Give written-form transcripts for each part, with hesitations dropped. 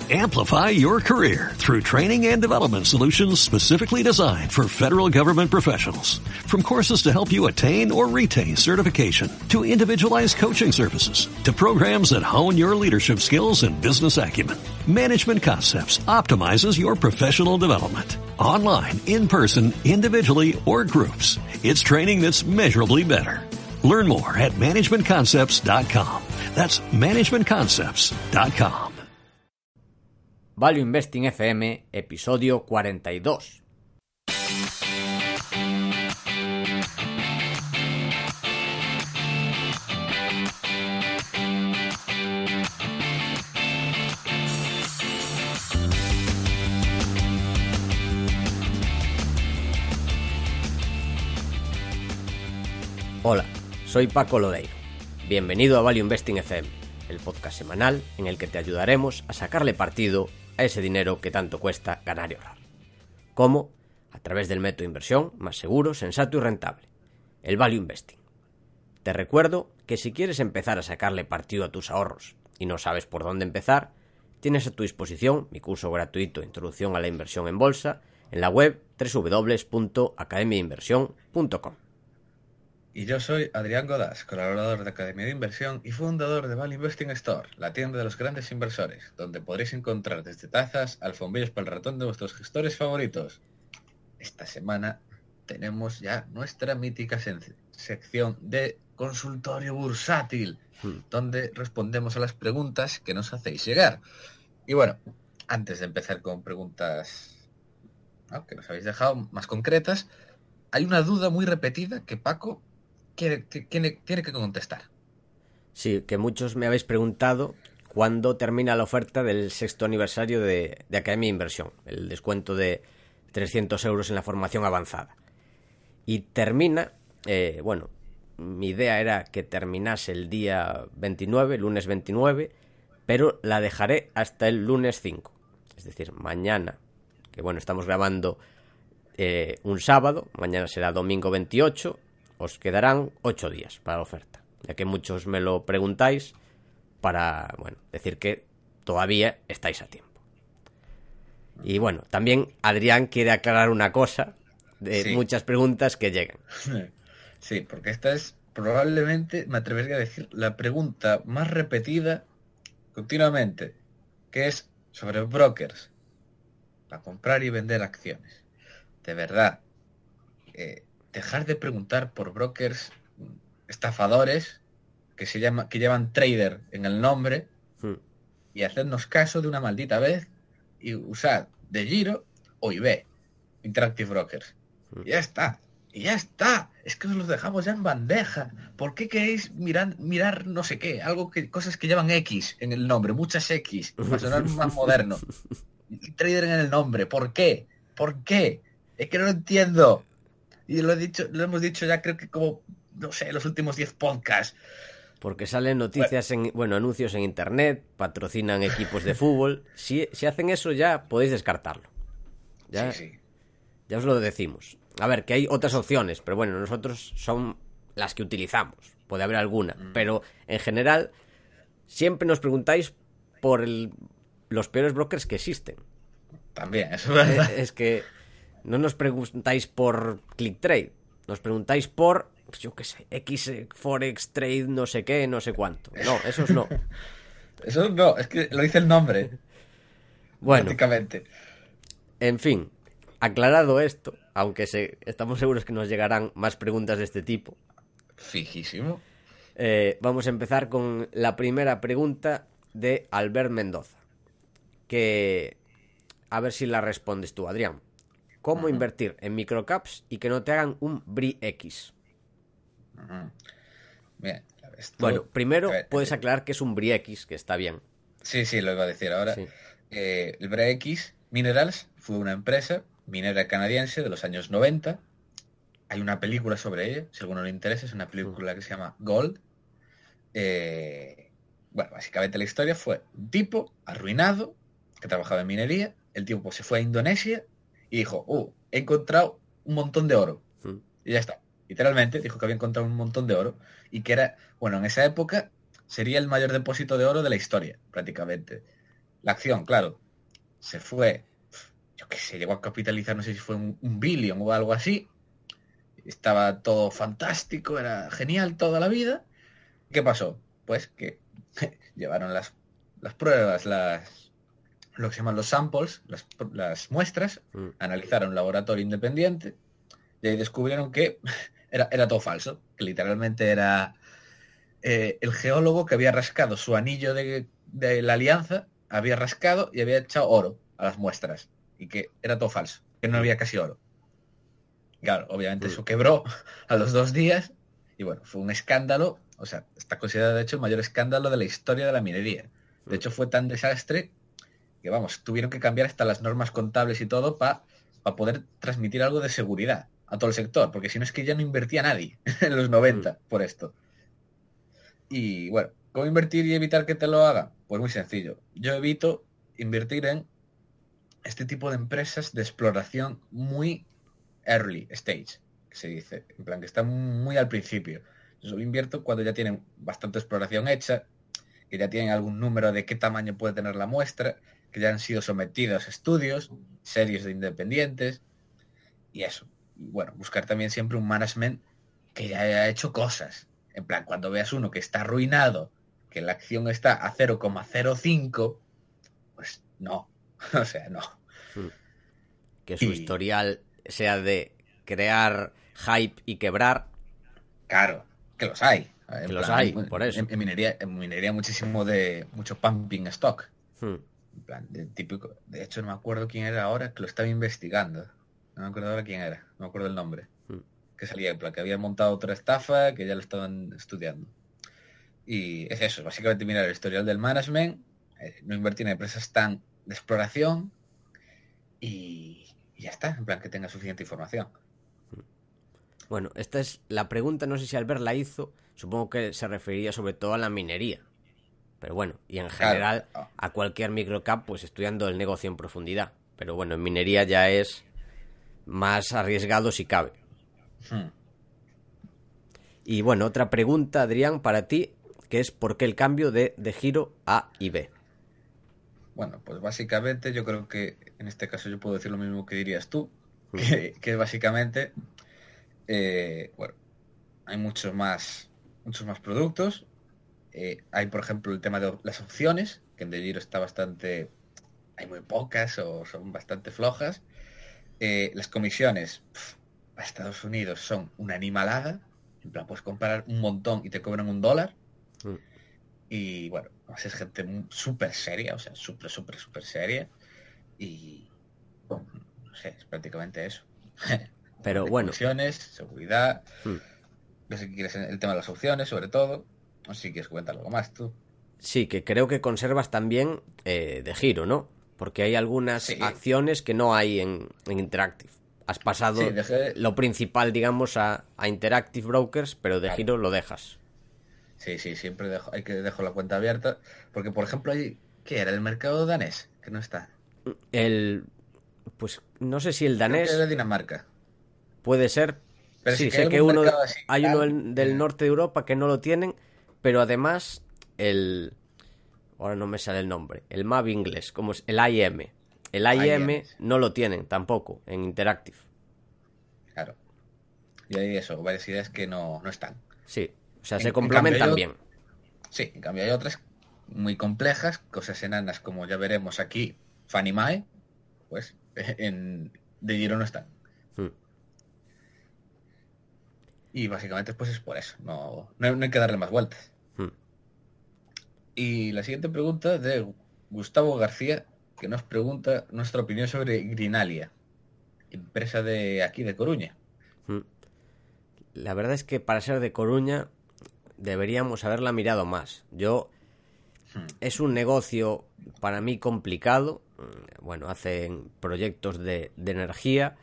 Amplify your career through training and development solutions specifically designed for federal government professionals. From courses to help you attain or retain certification, to individualized coaching services, to programs that hone your leadership skills and business acumen, Management Concepts optimizes your professional development. Online, in person, individually, or groups, it's training that's measurably better. Learn more at managementconcepts.com. That's managementconcepts.com. Value Investing FM, episodio 42. Hola, soy Paco Lodeiro. Bienvenido a Value Investing FM, el podcast semanal en el que te ayudaremos a sacarle partido a ese dinero que tanto cuesta ganar y ahorrar. ¿Cómo? A través del método de inversión más seguro, sensato y rentable, el Value Investing. Te recuerdo que si quieres empezar a sacarle partido a tus ahorros y no sabes por dónde empezar, tienes a tu disposición mi curso gratuito Introducción a la Inversión en Bolsa en la web www.academiainversión.com. Y yo soy Adrián Godás, colaborador de Academia de Inversión y fundador de Value Investing Store, la tienda de los grandes inversores, donde podréis encontrar desde tazas, alfombrillas para el ratón de vuestros gestores favoritos. Esta semana tenemos ya nuestra mítica sección de consultorio bursátil, donde respondemos a las preguntas que nos hacéis llegar. Y bueno, antes de empezar con preguntas que nos habéis dejado más concretas, hay una duda muy repetida que Paco tiene que contestar. Sí, que muchos me habéis preguntado cuándo termina la oferta del 6º aniversario de Academia de Inversión, el descuento de 300 euros en la formación avanzada. Y termina, mi idea era que terminase el día 29, lunes 29, pero la dejaré hasta el lunes 5. Es decir, mañana, que bueno, estamos grabando un sábado, mañana será domingo 28, os quedarán 8 días para la oferta, ya que muchos me lo preguntáis para, decir que todavía estáis a tiempo. Y bueno, también Adrián quiere aclarar una cosa de muchas preguntas que llegan. Sí, porque esta es probablemente, me atrevería a decir, la pregunta más repetida continuamente, que es sobre brokers para comprar y vender acciones. De verdad, dejar de preguntar por brokers estafadores que llevan trader en el nombre y hacernos caso de una maldita vez y usar de Giro o IB, Interactive Brokers. Y ya está. Es que os los dejamos ya en bandeja. ¿Por qué queréis mirar no sé qué? Cosas que llevan X en el nombre, muchas X, para sonar más moderno. Y trader en el nombre. ¿Por qué? Es que no lo entiendo. Y lo hemos dicho ya creo que como, no sé, los últimos 10 podcasts. Porque salen noticias, anuncios en internet, patrocinan equipos de fútbol. Si hacen eso ya podéis descartarlo. Ya os lo decimos. A ver, que hay otras opciones, pero bueno, nosotros son las que utilizamos. Puede haber alguna, pero en general siempre nos preguntáis por los peores brokers que existen. También, eso es verdad. Es que no nos preguntáis por ClickTrade, nos preguntáis por, yo qué sé, X Forex Trade, no sé qué, no sé cuánto. No, esos no. Eso no, es que lo dice el nombre. Bueno, prácticamente. En fin, aclarado esto, aunque estamos seguros que nos llegarán más preguntas de este tipo. Fijísimo. Vamos a empezar con la primera pregunta de Albert Mendoza, que a ver si la respondes tú, Adrián. ¿Cómo invertir en microcaps y que no te hagan un BRIX? Bien. Bueno, primero puedes aclarar que es un BRIX, que está bien. Sí, lo iba a decir ahora. Sí. El BRIX Minerals fue una empresa minera canadiense de los años 90. Hay una película sobre ella, si a alguno le interesa, es una película que se llama Gold. Básicamente la historia fue un tipo arruinado que trabajaba en minería. El tipo se fue a Indonesia y dijo, he encontrado un montón de oro. Y ya está. Literalmente dijo que había encontrado un montón de oro y que era, en esa época sería el mayor depósito de oro de la historia, prácticamente. la acción, claro, se fue, yo qué sé, llegó a capitalizar, no sé si fue un billón o algo así. Estaba todo fantástico, era genial toda la vida. ¿Qué pasó? Pues que llevaron las pruebas, lo que se llaman los samples, las muestras, Mm. analizaron un laboratorio independiente y ahí descubrieron que era todo falso, que literalmente era el geólogo que había rascado su anillo de la alianza, había rascado y había echado oro a las muestras y que era todo falso, que no Mm. había casi oro. Claro, obviamente Mm. eso quebró a los 2 días y bueno, fue un escándalo, o sea, está considerado de hecho el mayor escándalo de la historia de la minería. De Mm. hecho fue tan desastre que vamos, tuvieron que cambiar hasta las normas contables y todo para poder transmitir algo de seguridad a todo el sector, porque si no es que ya no invertía nadie en los Mm. 90 por esto. Y bueno, ¿cómo invertir y evitar que te lo hagan? Pues muy sencillo. Yo evito invertir en este tipo de empresas de exploración muy early stage, que se dice, en plan que están muy al principio. Yo solo invierto cuando ya tienen bastante exploración hecha, que ya tienen algún número de qué tamaño puede tener la muestra, que ya han sido sometidos a estudios, series de independientes, y eso. Y bueno, buscar también siempre un management que ya haya hecho cosas. En plan, cuando veas uno que está arruinado, que la acción está a 0,05, pues no. O sea, no. Mm. Que su Y historial sea de crear hype y quebrar, claro, que los hay. que En los plan, hay, por eso. en minería mucho pumping stock. Mm. En plan, de típico. De hecho, no me acuerdo quién era ahora, que lo estaba investigando. No me acuerdo ahora quién era, no me acuerdo el nombre. Mm. Que salía, en plan, que había montado otra estafa, que ya lo estaban estudiando. Y es eso, básicamente mirar el historial del management, no invertir en empresas tan de exploración y ya está, en plan que tenga suficiente información. Bueno, esta es la pregunta, no sé si Albert la hizo, supongo que se referiría sobre todo a la minería. Pero bueno, y en Claro. general a cualquier microcap, pues estudiando el negocio en profundidad. Pero bueno, en minería ya es más arriesgado si cabe. Hmm. Y bueno, otra pregunta, Adrián, para ti, que es ¿por qué el cambio de giro A y B? Bueno, pues básicamente yo creo que en este caso yo puedo decir lo mismo que dirías tú, Mm. que básicamente, bueno, hay muchos más productos. Hay, por ejemplo, el tema de las opciones, que en The Giro está bastante, hay muy pocas o son bastante flojas. Las comisiones a Estados Unidos son una animalada. En plan, puedes comprar un montón y te cobran $1. Mm. Y bueno, es gente súper seria, o sea, súper seria. Y no sé, es prácticamente eso. Pero De bueno, comisiones, seguridad. mm, No sé qué quieres el tema de las opciones, sobre todo. No sé si quieres comentar algo más tú. sí, que creo que conservas también de giro, ¿no? Porque hay algunas Sí, acciones que no hay en Interactive. Has sí, pasado dejé. lo principal, digamos, a Interactive Brokers, pero de Claro. giro lo dejas. Sí, sí, siempre dejo la cuenta abierta. Porque, por ejemplo, hay. ¿Qué era? El mercado danés, que no está. El, pues no sé si el Creo que era danés Dinamarca. puede ser. Pero sí Sí, que hay sé que algún uno mercado así hay uno tal. del norte de Europa que no lo tienen, pero además el ahora no me sale el nombre, el MAV inglés, como es el IM. El IM, IM no lo tienen tampoco en Interactive. claro. Y hay eso, varias ideas que no están. Sí, o sea, se En cambio complementan bien. sí, en cambio hay otras muy complejas, cosas enanas como ya veremos aquí, Fanny Mae, pues en de Giro no están. Mm. Y básicamente pues es por eso, no hay que darle más vueltas. Mm. Y la siguiente pregunta de Gustavo García, que nos pregunta nuestra opinión sobre Greenalia, empresa de aquí de Coruña. Mm. La verdad es que para ser de Coruña deberíamos haberla mirado más. Es un negocio para mí complicado. Bueno, hacen proyectos de energía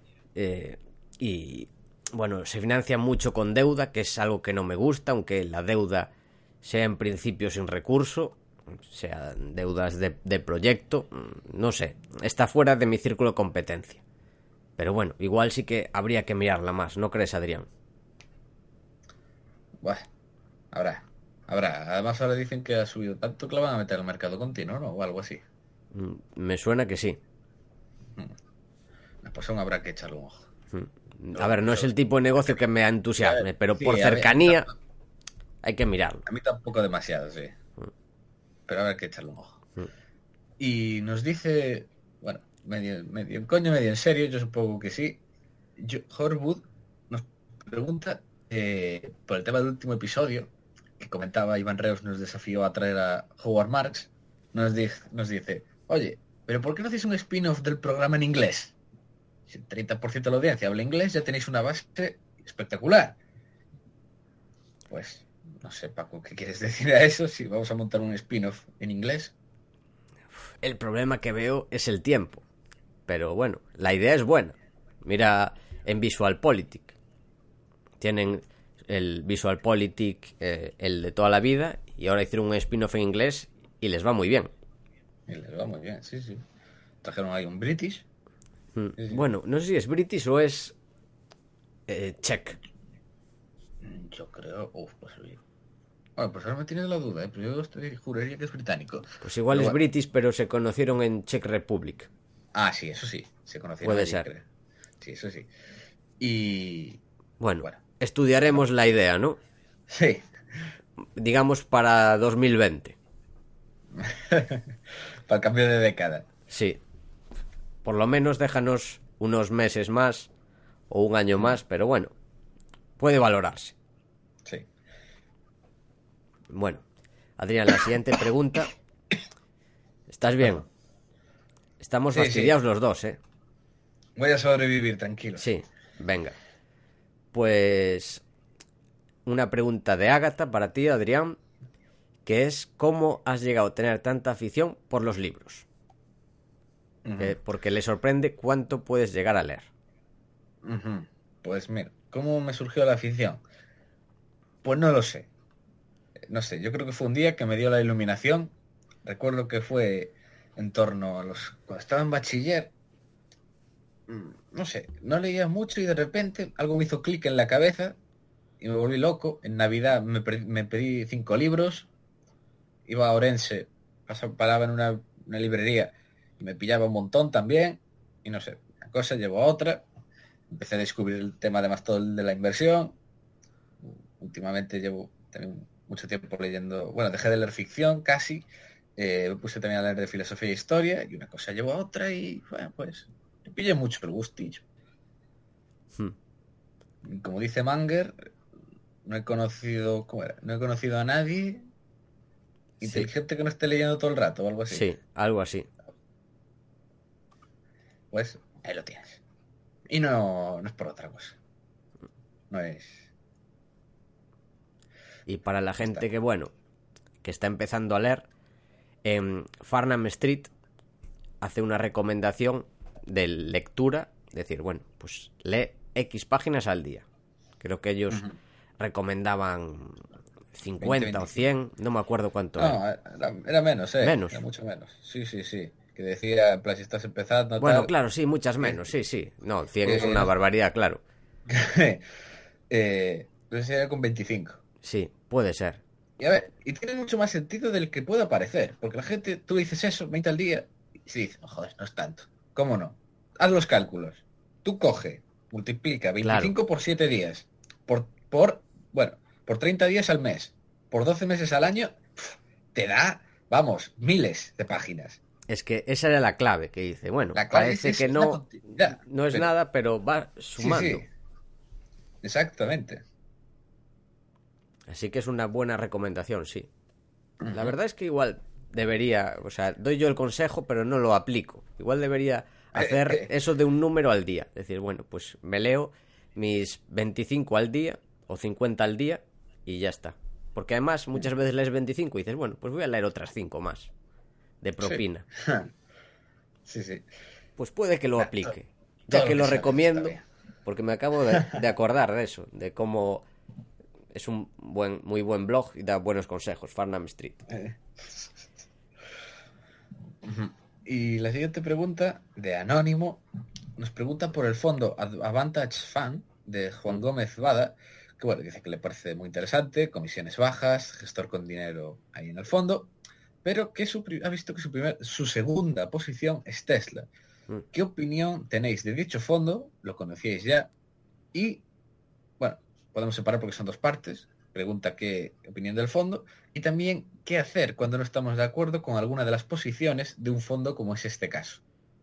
y bueno, se financia mucho con deuda, que es algo que no me gusta, aunque la deuda sea en principio sin recurso, sea deudas de proyecto, no sé, está fuera de mi círculo de competencia. Pero bueno, igual sí que habría que mirarla más, ¿no crees, Adrián? Bueno, habrá. Habrá. Además ahora dicen que ha subido tanto que la van a meter al mercado continuo, ¿no? O algo así. Me suena que sí. Pues aún habrá que echarle un ojo. A ver, no es el tipo de negocio que me entusiasme, pero Sí, por cercanía hay que mirarlo. a mí tampoco demasiado, sí. Pero habrá que echarle un ojo. Y nos dice, bueno, medio en coño, medio en serio, yo supongo que sí. Horwood nos pregunta por el tema del último episodio, que comentaba Iván Reus, nos desafió a traer a Howard Marks. Nos dice, oye, ¿pero por qué no hacéis un spin-off del programa en inglés? Si el 30% de la audiencia habla inglés, ya tenéis una base espectacular. Pues, no sé, Paco, ¿qué quieres decir a eso? Si vamos a montar un spin-off en inglés. El problema que veo es el tiempo. Pero bueno, la idea es buena. Mira en VisualPolitik. Tienen el VisualPolitik, el de toda la vida, y ahora hicieron un spin-off en inglés y les va muy bien. Y les va muy bien, sí, sí. Trajeron ahí un British. Sí, sí. Bueno, no sé si es British o es Czech. Yo creo... pues oye. Bueno, pues ahora me tienes la duda, pero yo juraría que es británico. Pues igual Pero es British, pero se conocieron en Czech Republic. Sí, eso sí. Se conocieron Puede allí, ser. creo. Sí, eso sí. Y... Bueno, estudiaremos la idea, ¿no? Sí. Digamos para 2020. Para el cambio de década. Sí. Por lo menos déjanos unos meses más o un año más, pero bueno, puede valorarse. Sí. Bueno, Adrián, la siguiente pregunta. ¿Estás bien? Estamos Sí, fastidiados sí. los dos, ¿eh? Voy a sobrevivir, tranquilo. Sí, venga. Pues una pregunta de Ágata para ti, Adrián, que es ¿cómo has llegado a tener tanta afición por los libros? Porque le sorprende cuánto puedes llegar a leer. Pues mira, ¿cómo me surgió la afición? Pues no lo sé. No sé, yo creo que fue un día que me dio la iluminación. Recuerdo que fue en torno a cuando estaba en bachiller. No sé, no leía mucho y de repente algo me hizo clic en la cabeza y me volví loco. En Navidad me pedí 5 libros. Iba a Orense, paraba en una librería y me pillaba un montón también. Y no sé, una cosa llevó a otra. Empecé a descubrir el tema además todo el de la inversión. Últimamente llevo también mucho tiempo leyendo, bueno, dejé de leer ficción casi, me puse también a leer de filosofía e historia y una cosa llevó a otra y bueno, pues le pillé mucho el gustillo. Y como dice Manger, no he conocido, ¿cómo era? No he conocido a nadie inteligente que no esté leyendo todo el rato o algo así. Sí, algo así. Pues ahí lo tienes. Y no es por otra cosa. No es... Y para la gente que, bueno, que está empezando a leer, en Farnham Street hace una recomendación de lectura, decir, bueno, pues lee X páginas al día. Creo que ellos recomendaban 50 20, o 100, no me acuerdo cuánto era menos, menos. Era mucho menos. Sí. Que decía, en plan, si estás empezando... Bueno, tal, claro, sí, muchas menos, sí. No, 100 es una barbaridad, claro. No sé, era con 25. Sí, puede ser. Y a ver, y tiene mucho más sentido del que pueda parecer. Porque la gente, tú dices eso, 20 al día, y se dice, no, joder, no es tanto. ¿Cómo no? Haz los cálculos. Tú coge, multiplica 25 por 7 días. Por 30 días al mes. Por 12 meses al año, te da, vamos, miles de páginas. Es que esa era la clave que dice. Bueno, la clave parece que no es nada, pero va sumando. Sí. Exactamente. Así que es una buena recomendación, sí. La verdad es que igual debería, o sea, doy yo el consejo, pero no lo aplico. Igual debería hacer eso de un número al día. Es decir, bueno, pues me leo mis 25 al día o 50 al día y ya está. Porque además muchas veces lees 25 y dices, bueno, pues voy a leer otras 5 más de propina. Sí. Pues puede que lo aplique. Ya que lo recomiendo, porque me acabo de acordar de eso, de cómo es un muy buen blog y da buenos consejos, Farnham Street. Y la siguiente pregunta, de Anónimo, nos pregunta por el fondo Advantage Fan, de Juan Gómez Bada, que bueno, dice que le parece muy interesante, comisiones bajas, gestor con dinero ahí en el fondo, pero que ha visto que su segunda posición es Tesla. Mm. ¿Qué opinión tenéis de dicho fondo? ¿Lo conocíais ya? Y, bueno, podemos separar porque son dos partes. Pregunta qué opinión del fondo y también qué hacer cuando no estamos de acuerdo con alguna de las posiciones de un fondo como es este caso.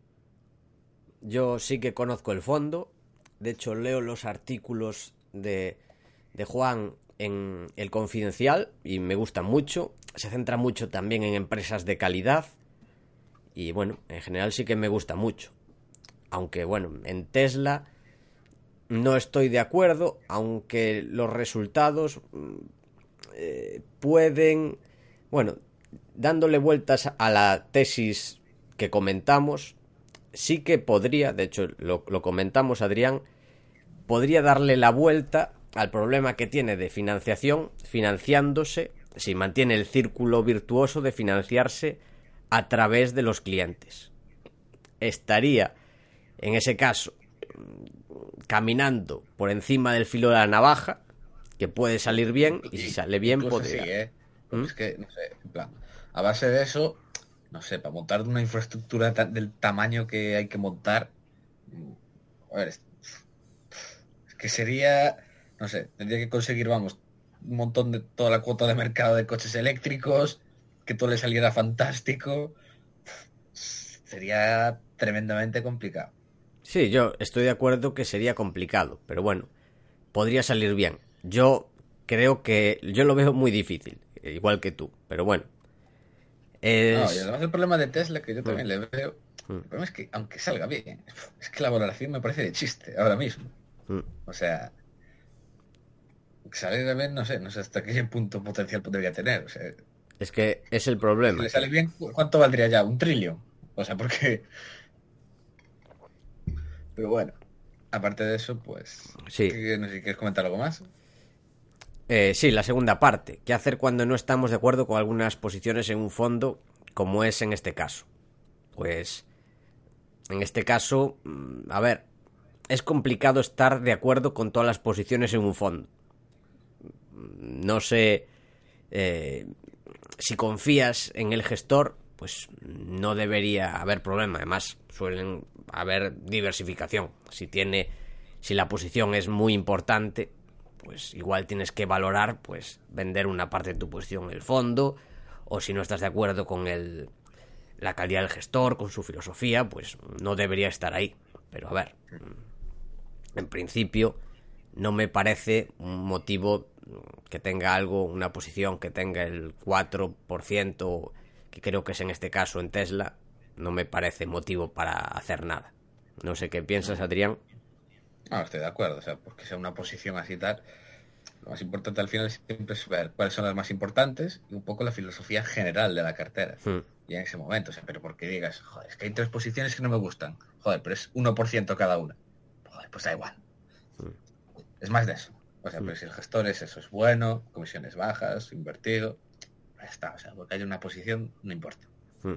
Yo sí que conozco el fondo. De hecho, leo los artículos de Juan en El Confidencial y me gusta mucho. Se centra mucho también en empresas de calidad. Y bueno, en general sí que me gusta mucho. Aunque bueno, en Tesla no estoy de acuerdo, aunque los resultados pueden... Bueno, dándole vueltas a la tesis que comentamos, sí que podría, de hecho lo comentamos Adrián, podría darle la vuelta al problema que tiene de financiación, financiándose, si mantiene el círculo virtuoso de financiarse a través de los clientes. Estaría, en ese caso, caminando por encima del filo de la navaja, que puede salir bien, y si sale bien podría... Sí, porque es que, no sé, en plan, a base de eso, no sé, para montar una infraestructura del tamaño que hay que montar, a ver, es que sería, no sé, tendría que conseguir, vamos, un montón de toda la cuota de mercado de coches eléctricos, que todo le saliera fantástico, sería tremendamente complicado. Sí, yo estoy de acuerdo que sería complicado, pero bueno, podría salir bien. Yo creo que... Yo lo veo muy difícil, igual que tú, pero bueno. No, y Es... además el problema de Tesla, que yo Mm, también le veo, el mm, problema es que, aunque salga bien, es que la valoración me parece de chiste ahora mismo. mm. O sea, salir bien, no sé hasta qué punto potencial podría tener. O sea, Es que es el si problema, le que... sale bien, ¿cuánto valdría ya? ¿Un trillón? O sea, porque... Pero bueno, aparte de eso, pues... Sí, No sé si quieres comentar algo más. sí, la segunda parte. ¿Qué hacer cuando no estamos de acuerdo con algunas posiciones en un fondo, como es en este caso? Pues, en este caso, a ver, es complicado estar de acuerdo con todas las posiciones en un fondo. No sé si confías en el gestor, pues no debería haber problema. Además, suelen haber diversificación. Si la posición es muy importante, pues igual tienes que valorar, pues vender una parte de tu posición en el fondo, o si no estás de acuerdo con la calidad del gestor, con su filosofía, pues no debería estar ahí. Pero a ver, en principio no me parece un motivo que tenga algo, una posición que tenga el 4%, que creo que es en este caso en Tesla, no me parece motivo para hacer nada. No sé qué piensas, Adrián. No, estoy de acuerdo. O sea, porque sea una posición así tal, lo más importante al final siempre es ver cuáles son las más importantes y un poco la filosofía general de la cartera. Hmm. Y en ese momento, o sea, pero porque digas, joder, es que hay tres posiciones que no me gustan. Joder, pero es 1% cada una. Joder, pues da igual. Es más de eso. O sea, pero si el gestor es eso, es bueno, comisiones bajas, invertido, ya está. O sea, porque haya una posición, no importa.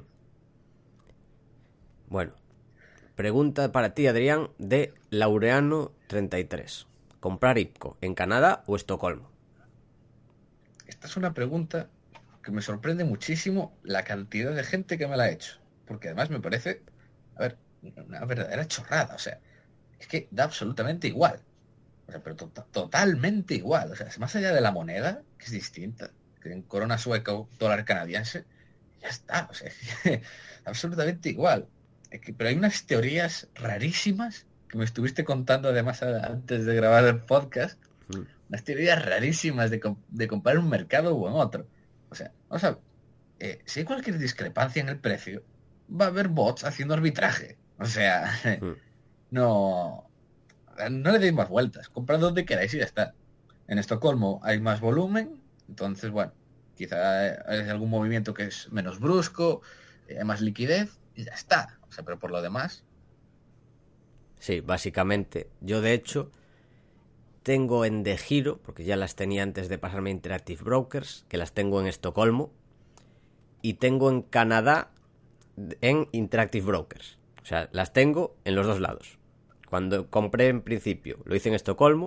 Bueno, pregunta para ti, Adrián, de Laureano33. ¿Comprar IPCO en Canadá o Estocolmo? Esta es una pregunta que me sorprende muchísimo la cantidad de gente que me la ha hecho. Porque además me parece, a ver, una verdadera chorrada. O sea, es que da absolutamente igual. O sea, pero totalmente igual. O sea, más allá de la moneda, que es distinta, que en corona sueca o dólar canadiense, ya está. O sea, absolutamente igual. Pero hay unas teorías rarísimas que me estuviste contando además antes de grabar el podcast. Unas teorías rarísimas de comparar un mercado u en otro. O sea, vamos a ver, si hay cualquier discrepancia en el precio, va a haber bots haciendo arbitraje. O sea, no, no le deis más vueltas. Comprad donde queráis y ya está. En Estocolmo hay más volumen, entonces, bueno, quizá hay algún movimiento que es menos brusco, hay más liquidez y ya está. O sea, pero por lo demás... Sí, básicamente. Yo, de hecho, tengo en De Giro, porque ya las tenía antes de pasarme a Interactive Brokers, que las tengo en Estocolmo, y tengo en Canadá en Interactive Brokers. O sea, las tengo en los dos lados. Cuando compré en principio, lo hice en Estocolmo,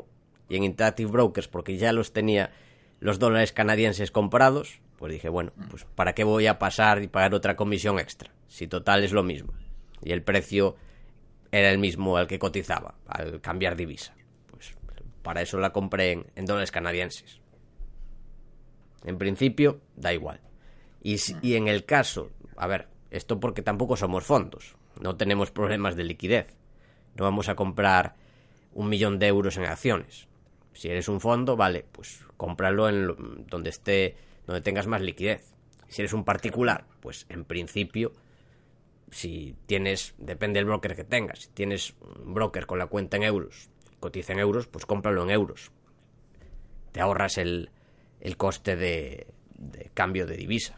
y en Interactive Brokers, porque ya los tenía los dólares canadienses comprados, pues dije, bueno, pues ¿para qué voy a pasar y pagar otra comisión extra? Si total es lo mismo. Y el precio era el mismo al que cotizaba, al cambiar divisa. Pues para eso la compré en dólares canadienses. En principio, da igual. Y en el caso, a ver, esto porque tampoco somos fondos, no tenemos problemas de liquidez. No vamos a comprar 1 millón de euros en acciones. Si eres un fondo, vale, pues cómpralo en donde tengas más liquidez. Si eres un particular, pues en principio, si tienes, depende del broker que tengas, si tienes un broker con la cuenta en euros, cotiza en euros, pues cómpralo en euros. Te ahorras el coste de cambio de divisa.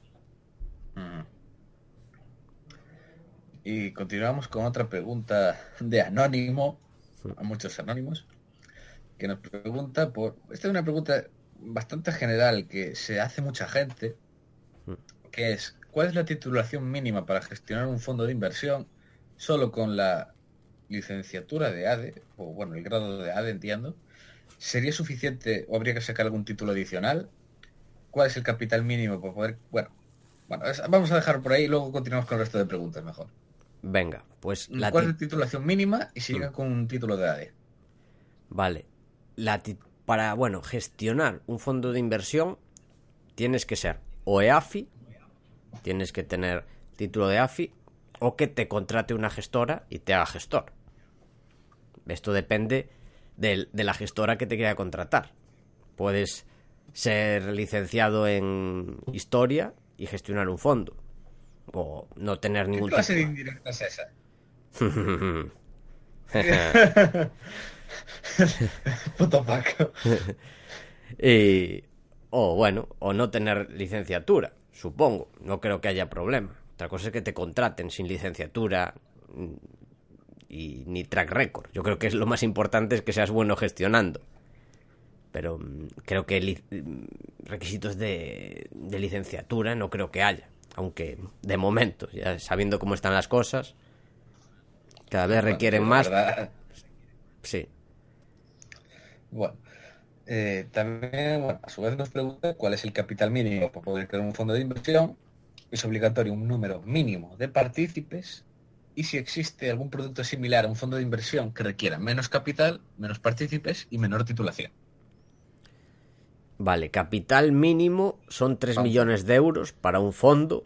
Y continuamos con otra pregunta de anónimo, a muchos anónimos, que nos pregunta esta es una pregunta bastante general que se hace mucha gente, que es: ¿cuál es la titulación mínima para gestionar un fondo de inversión solo con la licenciatura de ADE, o bueno, el grado de ADE, entiendo? ¿Sería suficiente o habría que sacar algún título adicional? ¿Cuál es el capital mínimo para poder...? Bueno, vamos a dejar por ahí y luego continuamos con el resto de preguntas mejor. Venga, pues... ¿Cuál es la titulación mínima y si llega con un título de ADE? Vale. Para gestionar un fondo de inversión tienes que ser o EAFI, tienes que tener título de EAFI, o que te contrate una gestora y te haga gestor. Esto depende de la gestora que te quiera contratar. Puedes ser licenciado en historia y gestionar un fondo, o no tener ningún tipo. ¿Qué clase de indirecta es esa? Puto Paco. O no tener licenciatura, supongo. No creo que haya problema. Otra cosa es que te contraten sin licenciatura y ni track record. Yo creo que lo más importante es que seas bueno gestionando. Pero creo que requisitos de licenciatura no creo que haya. Aunque de momento, ya sabiendo cómo están las cosas, cada vez requieren más. ¿Verdad? Sí. Bueno, también, a su vez nos pregunta cuál es el capital mínimo para poder crear un fondo de inversión. Es obligatorio un número mínimo de partícipes, y si existe algún producto similar a un fondo de inversión que requiera menos capital, menos partícipes y menor titulación. Vale, capital mínimo son 3 millones de euros para un fondo,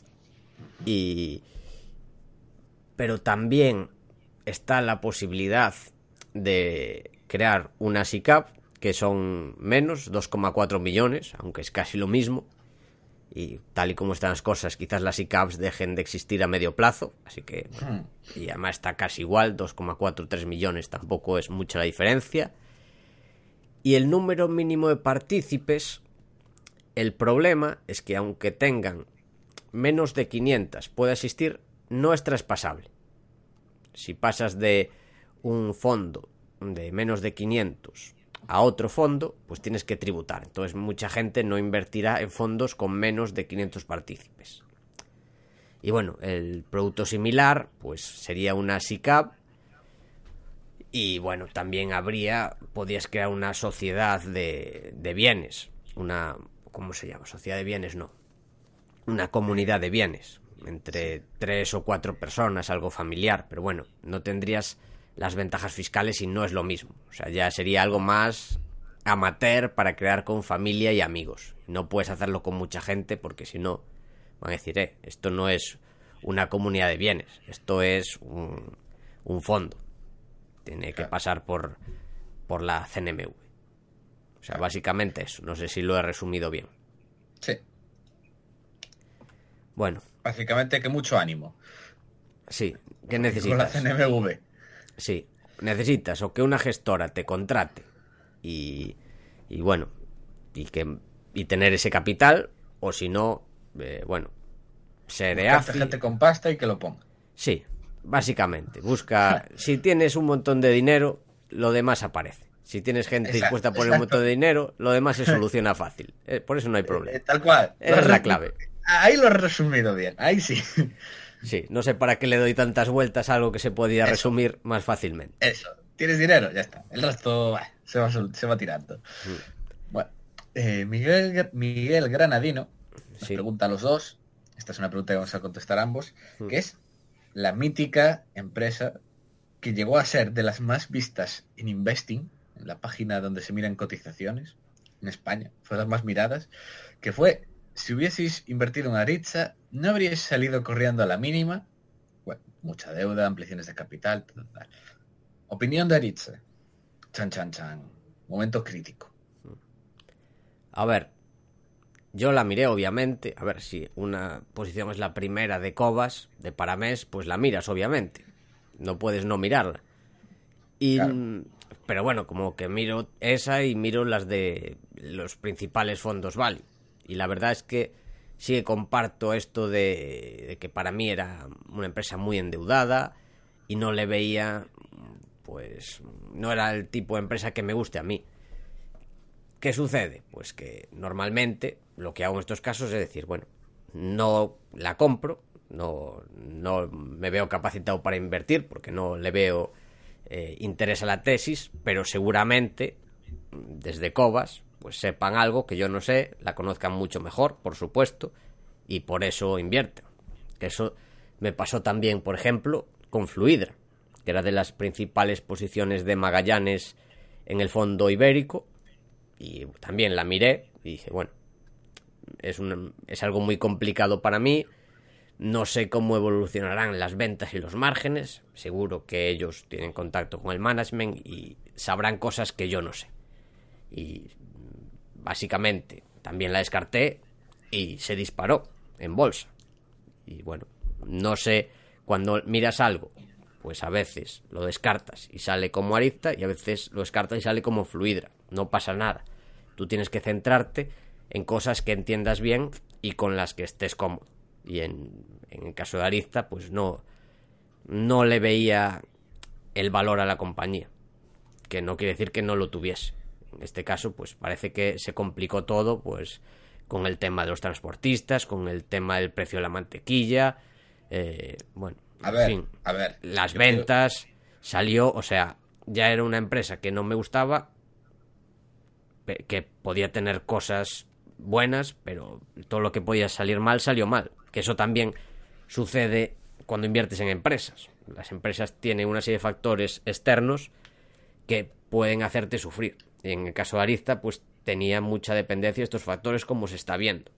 pero también está la posibilidad de crear una SICAV, que son menos, 2,4 millones, aunque es casi lo mismo. Y tal y como están las cosas, quizás las SICAVs dejen de existir a medio plazo, así que... Y además está casi igual, 2,4, 3 millones, tampoco es mucha la diferencia. Y el número mínimo de partícipes, el problema es que aunque tengan menos de 500 puede existir, no es traspasable. Si pasas de un fondo de menos de 500 a otro fondo, pues tienes que tributar. Entonces mucha gente no invertirá en fondos con menos de 500 partícipes. Y bueno, el producto similar pues sería una SICAV. Y bueno, también podrías crear una sociedad de bienes. ¿Cómo se llama? Sociedad de bienes, no. Una comunidad de bienes. Entre 3 o 4 personas, algo familiar. Pero bueno, no tendrías las ventajas fiscales y no es lo mismo. O sea, ya sería algo más amateur para crear con familia y amigos. No puedes hacerlo con mucha gente porque si no van a decir, esto no es una comunidad de bienes. Esto es un fondo. Tiene que pasar por la CNMV. O sea, básicamente eso. No sé si lo he resumido bien. Sí. Bueno. Básicamente que mucho ánimo. Sí. ¿Qué necesitas? Con la CNMV. Sí. Necesitas o que una gestora te contrate y bueno, y tener ese capital, o si no, ser EAFI. Gente con pasta y que lo ponga. Sí. Básicamente, si tienes un montón de dinero, lo demás aparece. Si tienes gente dispuesta a poner un montón de dinero, lo demás se soluciona fácil. Por eso no hay problema. Tal cual. Esa es la clave. Ahí lo he resumido bien, ahí sí. Sí, no sé para qué le doy tantas vueltas a algo que se podía resumir más fácilmente. Eso. tienes dinero, ya está. El resto se va tirando. Bueno, Miguel Granadino nos Sí. pregunta a los dos, esta es una pregunta que vamos a contestar ambos, que es la mítica empresa que llegó a ser de las más vistas en Investing, en la página donde se miran cotizaciones, en España, fue de las más miradas, que fue, si hubieseis invertido en Aritza, no habríais salido corriendo a la mínima, bueno, mucha deuda, ampliaciones de capital, tal. Opinión de Aritza. Chan, chan, chan. Momento crítico. A ver, yo la miré, obviamente. A ver, si una posición es la primera de Cobas, de Paramés, pues la miras, obviamente. No puedes no mirarla. Claro. Pero bueno, como que miro esa y miro las de los principales fondos value. Y la verdad es que sí que comparto esto de que para mí era una empresa muy endeudada y no le veía, pues no era el tipo de empresa que me guste a mí. ¿Qué sucede? Pues que normalmente lo que hago en estos casos es decir, bueno, no la compro, no me veo capacitado para invertir porque no le veo interés a la tesis, pero seguramente desde Cobas pues sepan algo que yo no sé, la conozcan mucho mejor, por supuesto, y por eso invierten. Que eso me pasó también, por ejemplo, con Fluidra, que era de las principales posiciones de Magallanes en el fondo ibérico, y también la miré y dije, bueno, es algo muy complicado para mí, no sé cómo evolucionarán las ventas y los márgenes, seguro que ellos tienen contacto con el management y sabrán cosas que yo no sé. Y básicamente también la descarté y se disparó en bolsa. Y bueno, no sé, cuando miras algo, pues a veces lo descartas y sale como Aritza y a veces lo descartas y sale como Fluidra. No pasa nada. Tú tienes que centrarte en cosas que entiendas bien y con las que estés cómodo. Y en el caso de Aritza, pues no le veía el valor a la compañía. Que no quiere decir que no lo tuviese. En este caso, pues parece que se complicó todo, pues con el tema de los transportistas, con el tema del precio de la mantequilla, bueno, A en ver, fin, a ver. las Yo quiero- ventas, salió, o sea, ya era una empresa que no me gustaba, que podía tener cosas buenas, pero todo lo que podía salir mal, salió mal. Que eso también sucede cuando inviertes en empresas. Las empresas tienen una serie de factores externos que pueden hacerte sufrir. Y en el caso de Aritza, pues tenía mucha dependencia de estos factores, como se está viendo.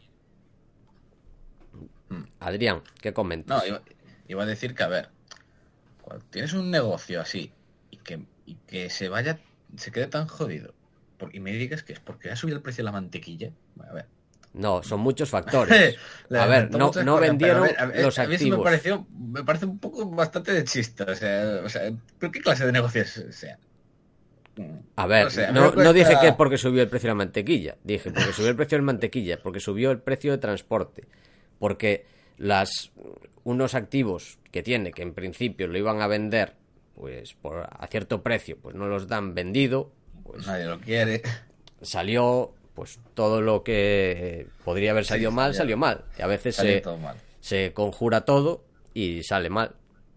Adrián, ¿qué No, comentas? iba a decir que, a ver, cuando tienes un negocio así y que se quede tan jodido, y me digas que es porque ha subido el precio de la mantequilla, bueno, a ver. No, son muchos factores. A ver, Son no, muchas no cosas, pero vendieron los a mí eso activos. me parece un poco bastante de chiste, o sea, ¿pero qué clase de negocios sea? A No ver, sé, a mí me no dije que cuesta. porque subió el precio de la mantequilla. Dije porque subió el precio de la mantequilla, porque subió el precio de transporte. Porque unos activos que tiene, que en principio lo iban a vender pues a cierto precio, pues no los dan vendido, pues Nadie lo quiere. salió, pues todo lo que podría haber Sí, salido mal, salió mal. Que a veces salió todo mal. se conjura todo y sale mal.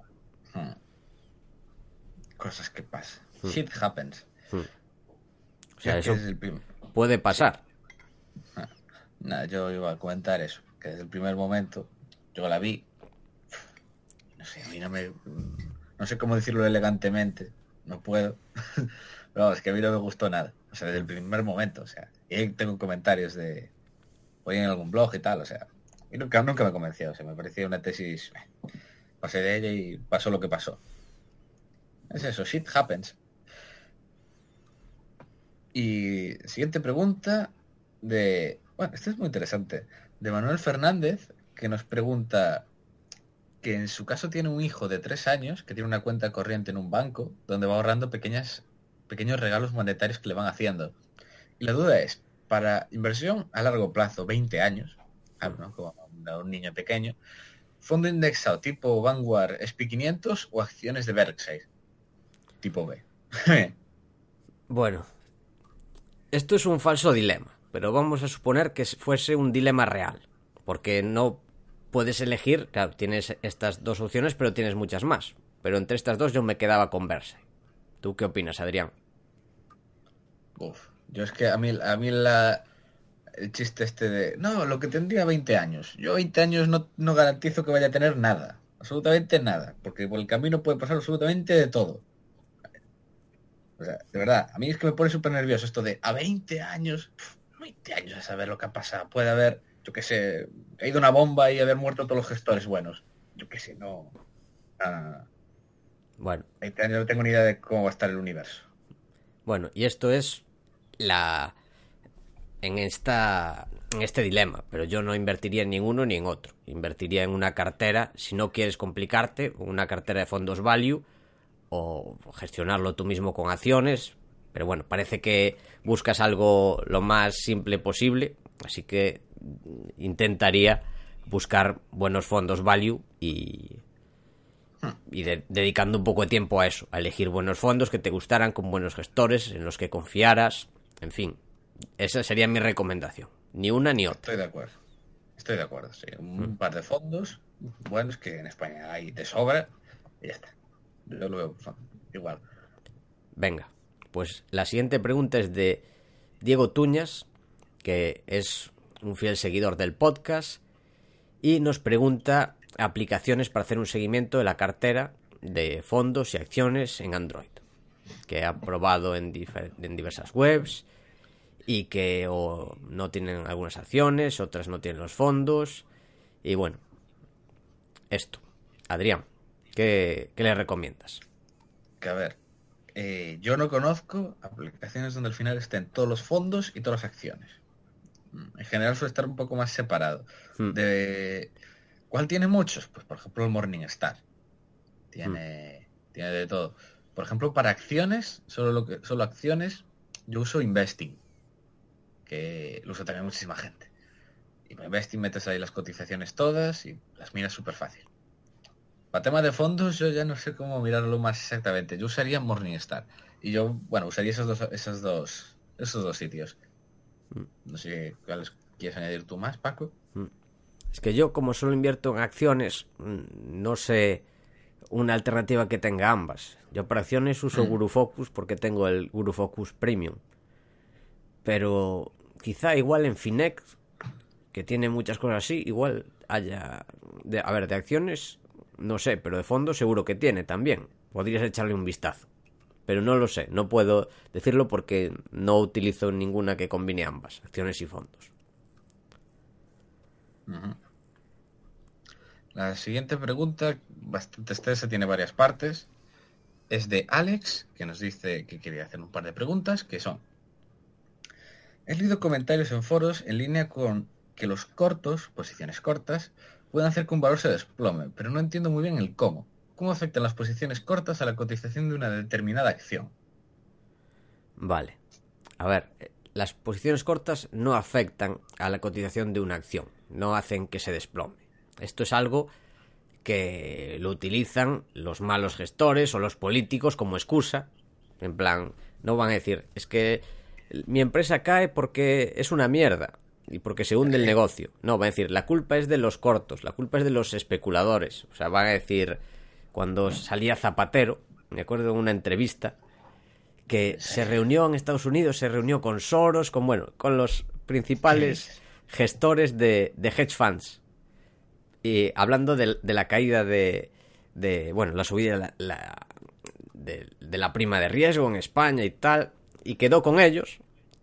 Cosas que pasan. Shit happens. O sea, Que eso es el primer. puede pasar. Nada, yo iba a comentar eso, que desde el primer momento yo la vi. No sé, a mí no sé cómo decirlo elegantemente, no puedo. Pero vamos, es que a mí no me gustó nada. O sea, desde el primer momento, o sea, y ahí tengo comentarios hoy en algún blog y tal, o sea, y nunca me convenció, o sea, me parecía una tesis, pasé de ella y pasó lo que pasó. Es eso, shit happens. Y siguiente pregunta bueno, esta es muy interesante, de Manuel Fernández, que nos pregunta que en su caso tiene un hijo de 3 años que tiene una cuenta corriente en un banco donde va ahorrando pequeños regalos monetarios que le van haciendo. Y la duda es, para inversión a largo plazo, 20 años, ¿no? Como a un niño pequeño, fondo indexado tipo Vanguard SP500 o acciones de Berkshire tipo B. Bueno, esto es un falso dilema, pero vamos a suponer que fuese un dilema real, porque no puedes elegir, claro, tienes estas dos opciones, pero tienes muchas más. Pero entre estas dos yo me quedaba con Versailles. ¿Tú qué opinas, Adrián? Uf, yo es que a mí el chiste este de, no, lo que tendría 20 años. Yo 20 años no garantizo que vaya a tener nada, absolutamente nada, porque por el camino puede pasar absolutamente de todo. O sea, de verdad, a mí es que me pone súper nervioso esto de a 20 años, 20 años a saber lo que ha pasado. Puede haber, yo qué sé, caído una bomba y haber muerto todos los gestores buenos. Yo qué sé, no. No. Bueno, 20 años no tengo ni idea de cómo va a estar el universo. bueno, y esto es en este dilema, pero yo no invertiría en ninguno ni en otro. Invertiría en una cartera, si no quieres complicarte, una cartera de fondos value o gestionarlo tú mismo con acciones, pero bueno, parece que buscas algo lo más simple posible, así que intentaría buscar buenos fondos value y dedicando un poco de tiempo a eso, a elegir buenos fondos que te gustaran, con buenos gestores, en los que confiaras, en fin, esa sería mi recomendación, ni una ni otra. Estoy de acuerdo, sí. Un par de fondos buenos que en España hay de sobra y ya está. Yo lo veo igual. Venga, pues la siguiente pregunta es de Diego Tuñas, que es un fiel seguidor del podcast, y nos pregunta aplicaciones para hacer un seguimiento de la cartera de fondos y acciones en Android, que ha probado en diversas webs y que o no tienen algunas acciones, otras no tienen los fondos, y bueno, esto. Adrián, ¿qué le recomiendas? Que a ver, yo no conozco aplicaciones donde al final estén todos los fondos y todas las acciones. En general suele estar un poco más separado. ¿Cuál tiene muchos? Pues por ejemplo el Morningstar. Tiene de todo. Por ejemplo, para acciones, solo acciones, yo uso Investing, que lo usa también muchísima gente. Y para Investing metes ahí las cotizaciones todas y las miras súper fácil. Para tema de fondos, yo ya no sé cómo mirarlo más exactamente. Yo usaría Morningstar. Y yo, bueno, usaría esos dos sitios. No sé cuáles quieres añadir tú más, Paco. Es que yo, como solo invierto en acciones, no sé una alternativa que tenga ambas. Yo para acciones uso GuruFocus porque tengo el GuruFocus Premium. Pero quizá igual en Finex, que tiene muchas cosas así, igual haya... de acciones, no sé, pero de fondos seguro que tiene también. Podrías echarle un vistazo. Pero no lo sé, no puedo decirlo porque no utilizo ninguna que combine ambas, acciones y fondos. La siguiente pregunta, bastante extensa, tiene varias partes. Es de Alex, que nos dice que quería hacer un par de preguntas, que son: he leído comentarios en foros en línea con que los cortos, posiciones cortas, pueden hacer que un valor se desplome, pero no entiendo muy bien el cómo. ¿Cómo afectan las posiciones cortas a la cotización de una determinada acción? Vale. A ver, las posiciones cortas no afectan a la cotización de una acción, no hacen que se desplome. Esto es algo que lo utilizan los malos gestores o los políticos como excusa. En plan, no van a decir, es que mi empresa cae porque es una mierda y porque se hunde el negocio. No, van a decir, la culpa es de los cortos, la culpa es de los especuladores. O sea, van a decir, cuando salía Zapatero, me acuerdo de una entrevista, que se reunió en Estados Unidos, se reunió con Soros, con los principales gestores de hedge funds. Y hablando de la caída de la subida de la prima de riesgo en España y tal, y quedó con ellos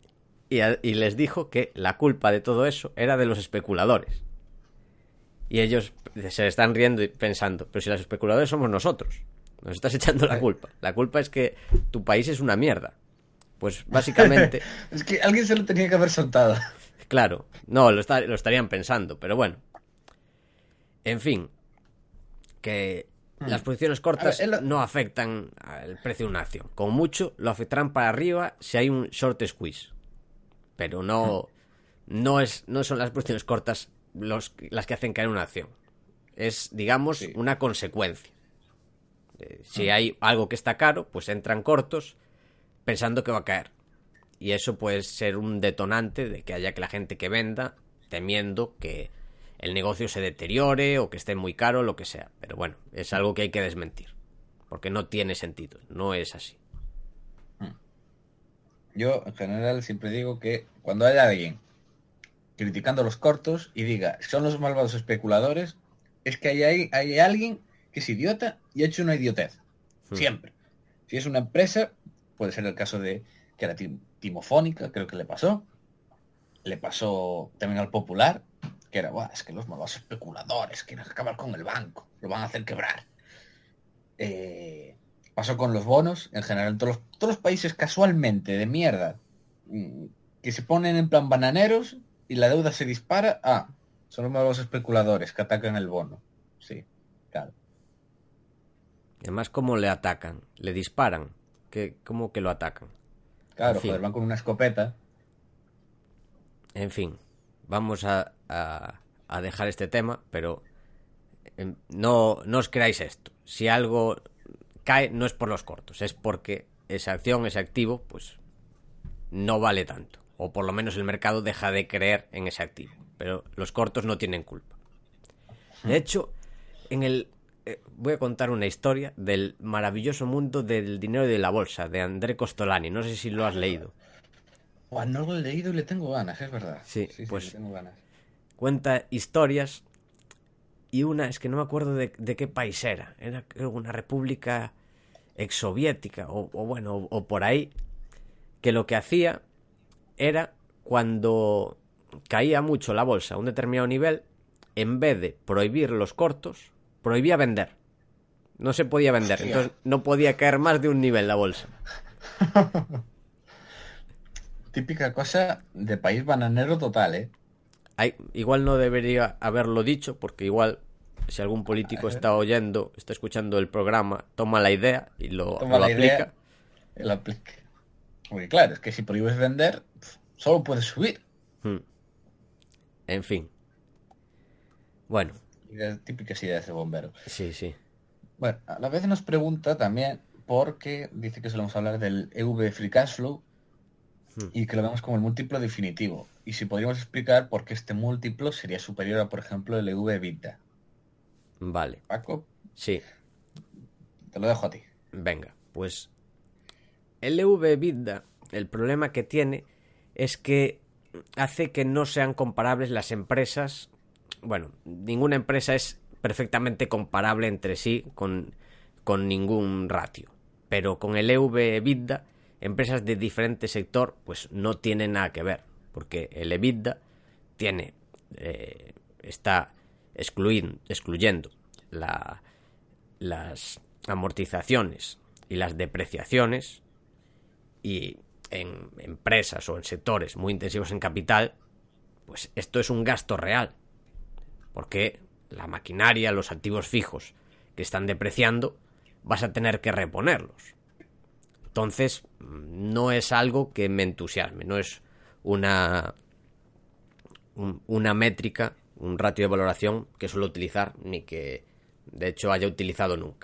y les dijo que la culpa de todo eso era de los especuladores. Y ellos se están riendo y pensando, pero si los especuladores somos nosotros, nos estás echando la culpa. La culpa es que tu país es una mierda. Pues básicamente... Es que alguien se lo tenía que haber soltado. Claro, no, lo estarían pensando, pero bueno. En fin, que las posiciones cortas no afectan al precio de una acción. Como mucho, lo afectarán para arriba si hay un short squeeze. Pero no son las posiciones cortas las que hacen caer una acción. Es, digamos, una consecuencia. Si hay algo que está caro, pues entran cortos pensando que va a caer. Y eso puede ser un detonante de que haya que la gente que venda temiendo que el negocio se deteriore o que esté muy caro o lo que sea. Pero bueno, es algo que hay que desmentir. Porque no tiene sentido, no es así. Yo, en general, siempre digo que cuando haya alguien criticando los cortos y diga, son los malvados especuladores, es que hay alguien que es idiota y ha hecho una idiotez. Siempre. Si es una empresa, puede ser el caso de que era Timofónica, creo que le pasó también al Popular, que era, "Buah, es que los malvados especuladores quieren acabar con el banco, lo van a hacer quebrar". Pasó con los bonos, en general, todos los países casualmente de mierda, que se ponen en plan bananeros y la deuda se dispara. Son los malvados especuladores que atacan el bono. Sí, claro. Además, ¿cómo le atacan? ¿Le disparan? ¿Cómo que lo atacan? Claro, En fin. joder, van con una escopeta. En fin, vamos a dejar este tema, pero no os creáis esto. Si algo cae, no es por los cortos, es porque esa acción, ese activo, pues no vale tanto. O por lo menos el mercado deja de creer en ese activo. Pero los cortos no tienen culpa. De hecho, voy a contar una historia del maravilloso mundo del dinero y de la bolsa, de André Costolani. No sé si lo has leído. No lo he leído y le tengo ganas, es verdad. Sí, Sí, pues le tengo ganas. cuenta historias y una, es que no me acuerdo de qué país era. Era creo una república exsoviética o por ahí, que lo que hacía era cuando caía mucho la bolsa a un determinado nivel, en vez de prohibir los cortos, prohibía vender. No se podía vender, Hostia. entonces no podía caer más de un nivel la bolsa. Típica cosa de país bananero total, ¿eh? Igual no debería haberlo dicho, porque igual si algún político está escuchando el programa, toma la idea y lo Toma la aplica. idea y lo aplica. Porque claro, es que si prohíbes vender, solo puedes subir. En fin. Bueno. Típicas ideas de bombero. Sí. Bueno, a la vez nos pregunta también porque dice que solemos hablar del EV Free Cash Flow y que lo vemos como el múltiplo definitivo. Y si podríamos explicar por qué este múltiplo sería superior a, por ejemplo, el EV EBITDA. Vale. Paco, Sí. te lo dejo a ti. Venga, pues el EV/EBITDA, el problema que tiene es que hace que no sean comparables las empresas. Bueno, ninguna empresa es perfectamente comparable entre sí con ningún ratio. Pero con el EV/EBITDA, empresas de diferente sector pues no tienen nada que ver. Porque el EBITDA está excluyendo las amortizaciones y las depreciaciones, y en empresas o en sectores muy intensivos en capital, pues esto es un gasto real, porque la maquinaria, los activos fijos que están depreciando, vas a tener que reponerlos. Entonces, no es algo que me entusiasme, no es una métrica, un ratio de valoración que suelo utilizar, ni que de hecho haya utilizado nunca.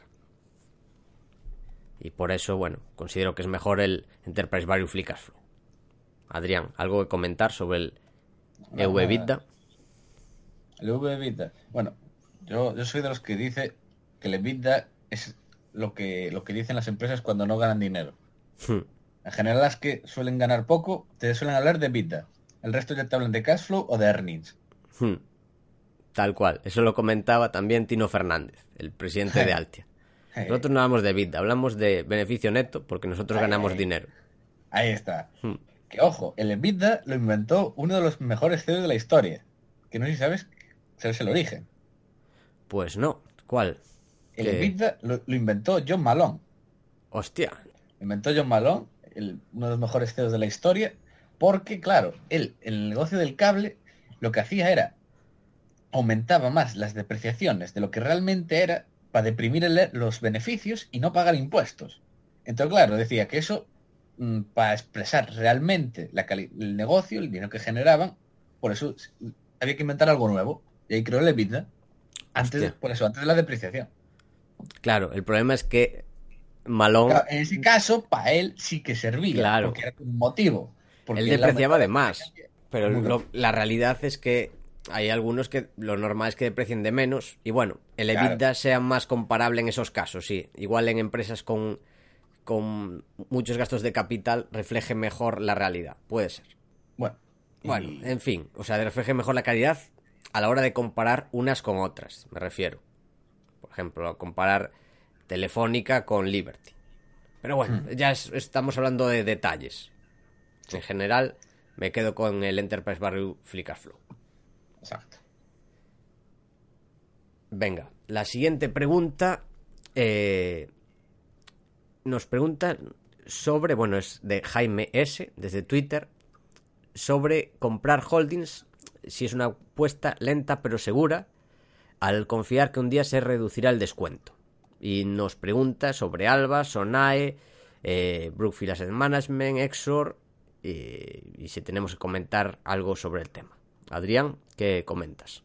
Y por eso, bueno, considero que es mejor el Enterprise Value Free Cash Flow. Adrián, ¿algo que comentar sobre el EV/EBITDA? El EV/EBITDA. Bueno, yo soy de los que dice que el EBITDA es lo que dicen las empresas cuando no ganan dinero. En general, las que suelen ganar poco te suelen hablar de EBITDA. El resto ya te hablan de cash flow o de earnings. Tal cual. Eso lo comentaba también Tino Fernández, el presidente de Altia. Nosotros no hablamos de EBITDA, hablamos de beneficio neto porque nosotros ganamos dinero. Ahí está. Que ojo, el EBITDA lo inventó uno de los mejores CEOs de la historia. Que no sé si sabes el origen. Pues no. ¿Cuál? El EBITDA lo inventó John Malone. Hostia. Inventó John Malone, uno de los mejores CEOs de la historia, porque, claro, él, en el negocio del cable, lo que hacía era aumentaba más las depreciaciones de lo que realmente era para deprimir los beneficios y no pagar impuestos. Entonces, claro, decía que eso, para expresar realmente el negocio, el dinero que generaban, por eso había que inventar algo nuevo. Y ahí creó el EBITDA. Antes de la depreciación. Claro, el problema es que Malone... Claro, en ese caso, para él sí que servía. Claro. Porque era un motivo. Porque él depreciaba de más. Pero la realidad es que hay algunos que lo normal es que deprecien de menos. Y bueno, el EBITDA sea más comparable en esos casos, sí. Igual en empresas con con muchos gastos de capital refleje mejor la realidad. Puede ser. Bueno, en fin, o sea, refleje mejor la calidad a la hora de comparar unas con otras, me refiero. Por ejemplo, comparar Telefónica con Liberty. Pero bueno, ya estamos hablando de detalles. En general, me quedo con el Enterprise Value Flickr Flow. Exacto. Venga, la siguiente pregunta nos pregunta sobre, bueno, es de Jaime S, desde Twitter, sobre comprar holdings, si es una apuesta lenta pero segura, al confiar que un día se reducirá el descuento. Y nos pregunta sobre Alba, Sonae, Brookfield Asset Management, Exor, y si tenemos que comentar algo sobre el tema. Adrián, ¿qué comentas?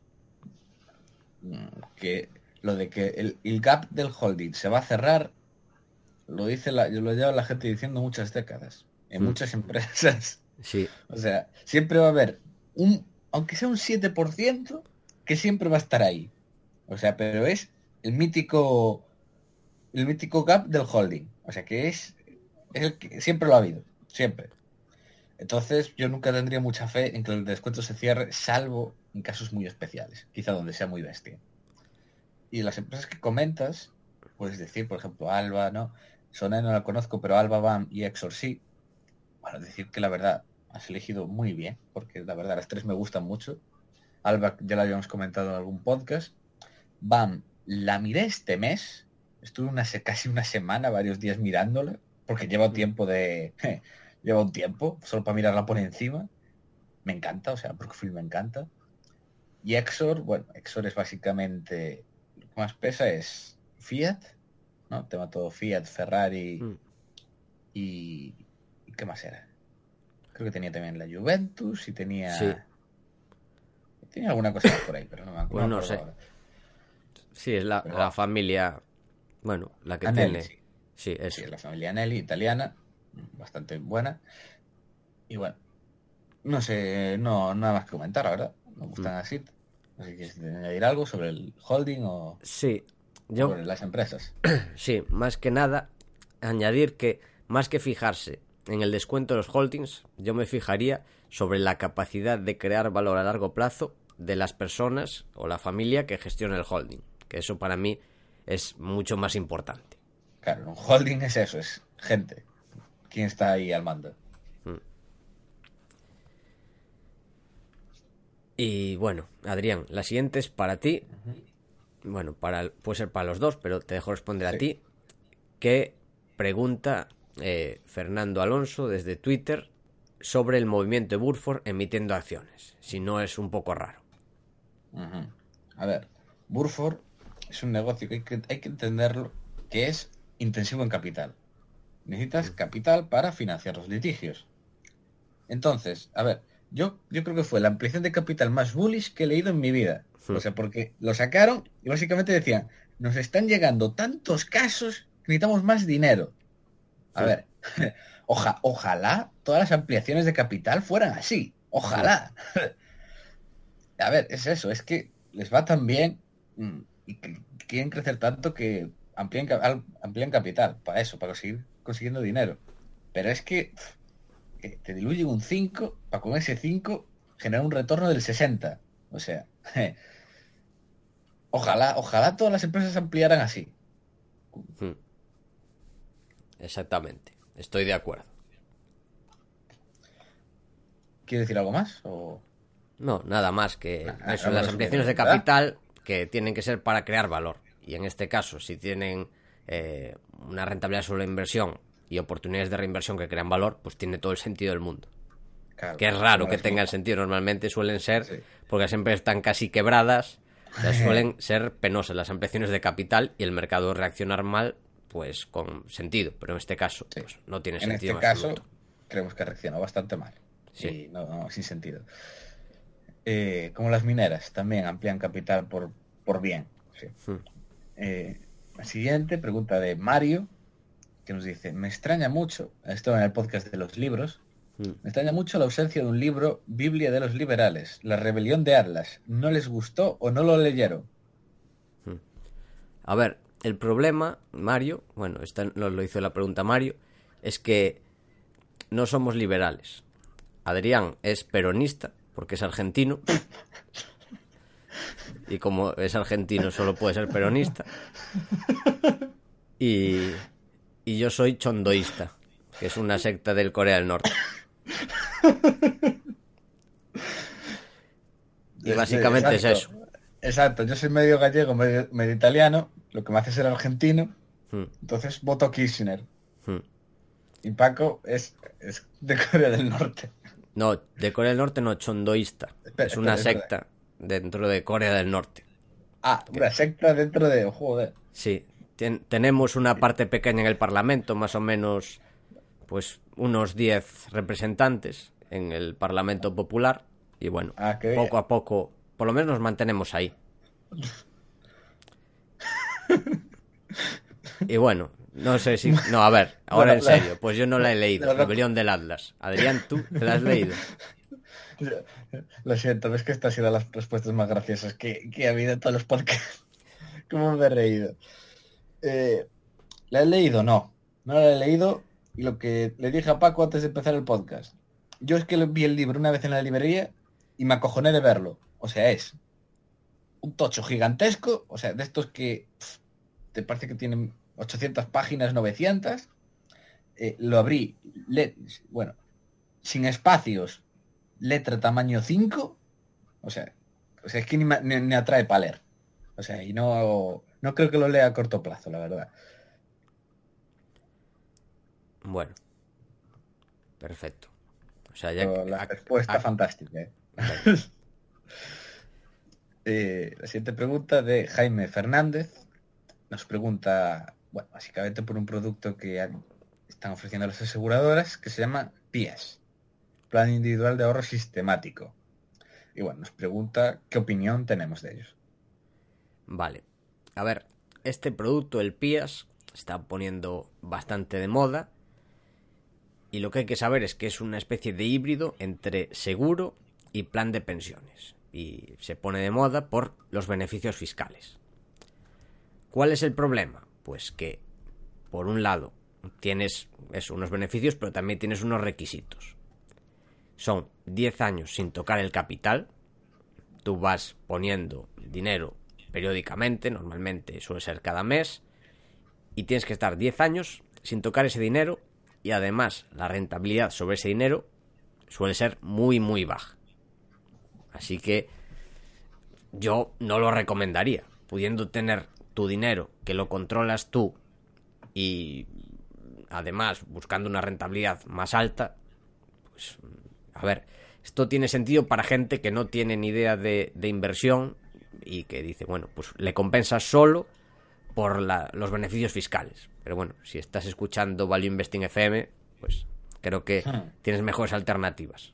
Que lo de que el gap del holding se va a cerrar, lo lleva la gente diciendo muchas décadas, en muchas empresas. Sí. O sea, siempre va a haber aunque sea un 7%, que siempre va a estar ahí. O sea, pero es el mítico gap del holding. O sea, que es el que siempre lo ha habido, siempre. Entonces, yo nunca tendría mucha fe en que el descuento se cierre, salvo en casos muy especiales, quizá donde sea muy bestia. Y las empresas que comentas, puedes decir, por ejemplo, Alba, ¿no? Sonae no la conozco, pero Alba, BAM y Exor sí. Bueno, decir que la verdad has elegido muy bien, porque la verdad las tres me gustan mucho. Alba ya la habíamos comentado en algún podcast. BAM, la miré este mes, estuve casi una semana, varios días mirándola, porque lleva un tiempo, solo para mirarla por encima. Me encanta, o sea, Brookfield me encanta. Y Exor, bueno, Exor es básicamente, lo que más pesa es Fiat, ¿no? Tema todo Fiat, Ferrari y ¿qué más era? Creo que tenía también la Juventus y tenía... Sí. Tenía alguna cosa más por ahí, pero no me acuerdo. Pues no sé. Ahora. Sí, es la familia, bueno, la que Anelli, tiene... Sí, eso. Sí, es la familia Anelli, italiana, bastante buena. Y bueno, no sé, nada más que comentar, la verdad. Me gustan así. No sé si quieres añadir algo sobre el holding o Sí, yo... sobre las empresas. Sí, más que nada, añadir que más que fijarse en el descuento de los holdings, yo me fijaría sobre la capacidad de crear valor a largo plazo de las personas o la familia que gestiona el holding, que eso para mí es mucho más importante. Claro, un holding es eso, es gente. ¿Quién está ahí al mando? Y bueno, Adrián, la siguiente es para ti. Bueno, puede ser para los dos, pero te dejo responder a ti. ¿Qué pregunta Fernando Alonso desde Twitter sobre el movimiento de Burford emitiendo acciones? Si no es un poco raro. A ver, Burford es un negocio que hay que entenderlo, que es intensivo en capital. Necesitas capital para financiar los litigios. Entonces, a ver, yo creo que fue la ampliación de capital más bullish que he leído en mi vida. O sea, porque lo sacaron y básicamente decían, nos están llegando tantos casos que necesitamos más dinero. A ver, ojalá todas las ampliaciones de capital fueran así. Ojalá. A ver, es eso, es que les va tan bien y que quieren crecer tanto que amplían capital para eso, para seguir consiguiendo dinero. Pero es que te diluyen un 5 para con ese 5 generar un retorno del 60. O sea, ojalá todas las empresas ampliaran así. Exactamente, estoy de acuerdo. ¿Quieres decir algo más? O... No, nada más que eso, las ampliaciones de ¿verdad? capital que tienen que ser para crear valor. Y en este caso, si tienen una rentabilidad sobre la inversión y oportunidades de reinversión que crean valor, pues tiene todo el sentido del mundo. Claro, que es raro que tengan sentido. Normalmente suelen ser, porque siempre están casi quebradas, o sea, suelen ser penosas las ampliaciones de capital y el mercado reaccionar mal, pues con sentido. Pero en este caso, pues, no tiene sentido. En este caso, creemos que reaccionó bastante mal. Sí. Y no, sin sentido. Como las mineras, también amplían capital por bien. Sí. La siguiente pregunta de Mario, que nos dice, me extraña mucho, esto en el podcast de los libros, me extraña mucho la ausencia de un libro, Biblia de los liberales, La rebelión de Atlas. ¿No les gustó o no lo leyeron? A ver, el problema, Mario, bueno, esta lo hizo la pregunta Mario, es que no somos liberales. Adrián es peronista, porque es argentino. Y como es argentino, solo puede ser peronista. Y yo soy chondoísta, que es una secta del Corea del Norte. Y básicamente es eso. Exacto, yo soy medio gallego, medio italiano, lo que me hace ser argentino, entonces voto Kirchner. Y Paco es de Corea del Norte. No, de Corea del Norte no, chondoísta. Es una secta dentro de Corea del Norte. Ah, una secta dentro de... Joder. Sí, tenemos una parte pequeña en el Parlamento, más o menos, pues unos 10 representantes en el Parlamento Popular. Y bueno, poco a poco, por lo menos nos mantenemos ahí. Y bueno, no sé si... No, a ver, ahora en serio, pues yo no la he leído, Rebelión del Atlas. Adrián, ¿tú te la has leído? Lo siento, ves que estas han sido las respuestas más graciosas que ha habido en todos los podcasts. ¿Cómo me he reído? ¿La he leído? No la he leído. Y lo que le dije a Paco antes de empezar el podcast, yo es que vi el libro una vez en la librería y me acojoné de verlo. O sea, es un tocho gigantesco, o sea, de estos que te parece que tienen 800 páginas, 900. Lo abrí, bueno, sin espacios, letra tamaño 5. O sea es que ni atrae para leer. O sea, y no creo que lo lea a corto plazo, la verdad. Bueno, perfecto. O sea, la respuesta fantástica. La siguiente pregunta de Jaime Fernández. Nos pregunta, bueno, básicamente por un producto que están ofreciendo las aseguradoras que se llama PIAS, Plan Individual de Ahorro Sistemático. Y bueno, nos pregunta qué opinión tenemos de ellos. Vale. A ver, este producto, el PIAS, está poniendo bastante de moda. Y lo que hay que saber es que es una especie de híbrido entre seguro y plan de pensiones. Y se pone de moda por los beneficios fiscales. ¿Cuál es el problema? Pues que, por un lado, tienes unos beneficios, pero también tienes unos requisitos. Son 10 años sin tocar el capital. Tú vas poniendo dinero periódicamente, normalmente suele ser cada mes, y tienes que estar 10 años sin tocar ese dinero, y además la rentabilidad sobre ese dinero suele ser muy, muy baja. Así que yo no lo recomendaría. Pudiendo tener tu dinero, que lo controlas tú, y además buscando una rentabilidad más alta, pues a ver, esto tiene sentido para gente que no tiene ni idea de inversión y que dice, bueno, pues le compensa solo por los beneficios fiscales. Pero bueno, si estás escuchando Value Investing FM, pues creo que tienes mejores alternativas.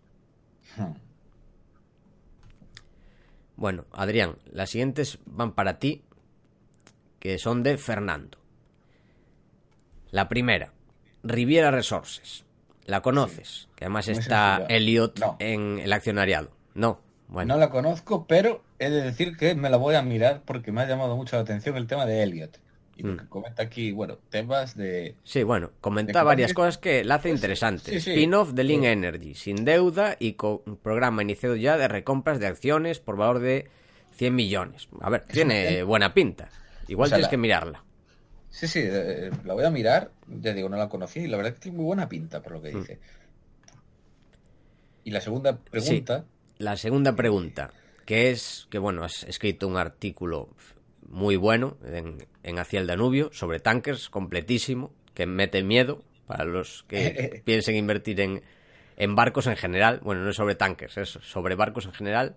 Bueno, Adrián, las siguientes van para ti, que son de Fernando. La primera, Riviera Resources. ¿La conoces? Sí. Que además está Elliot en el accionariado. No, bueno. No la conozco, pero he de decir que me la voy a mirar porque me ha llamado mucho la atención el tema de Elliot. Y lo que comenta aquí, bueno, temas de... Sí, bueno, comenta varias cosas que la hace interesante. Sí. Spin-off de Lean Energy, sin deuda y con un programa iniciado ya de recompras de acciones por valor de 100 millones. A ver, tiene buena pinta. Igual tienes que mirarla. Sí, la voy a mirar. Ya digo, no la conocí y la verdad es que tiene muy buena pinta por lo que dice. Y la segunda pregunta... Sí, la segunda pregunta, que es que, bueno, has escrito un artículo muy bueno en Hacia el Danubio sobre tankers, completísimo, que mete miedo para los que piensen invertir en barcos en general. Bueno, no es sobre tankers, es sobre barcos en general.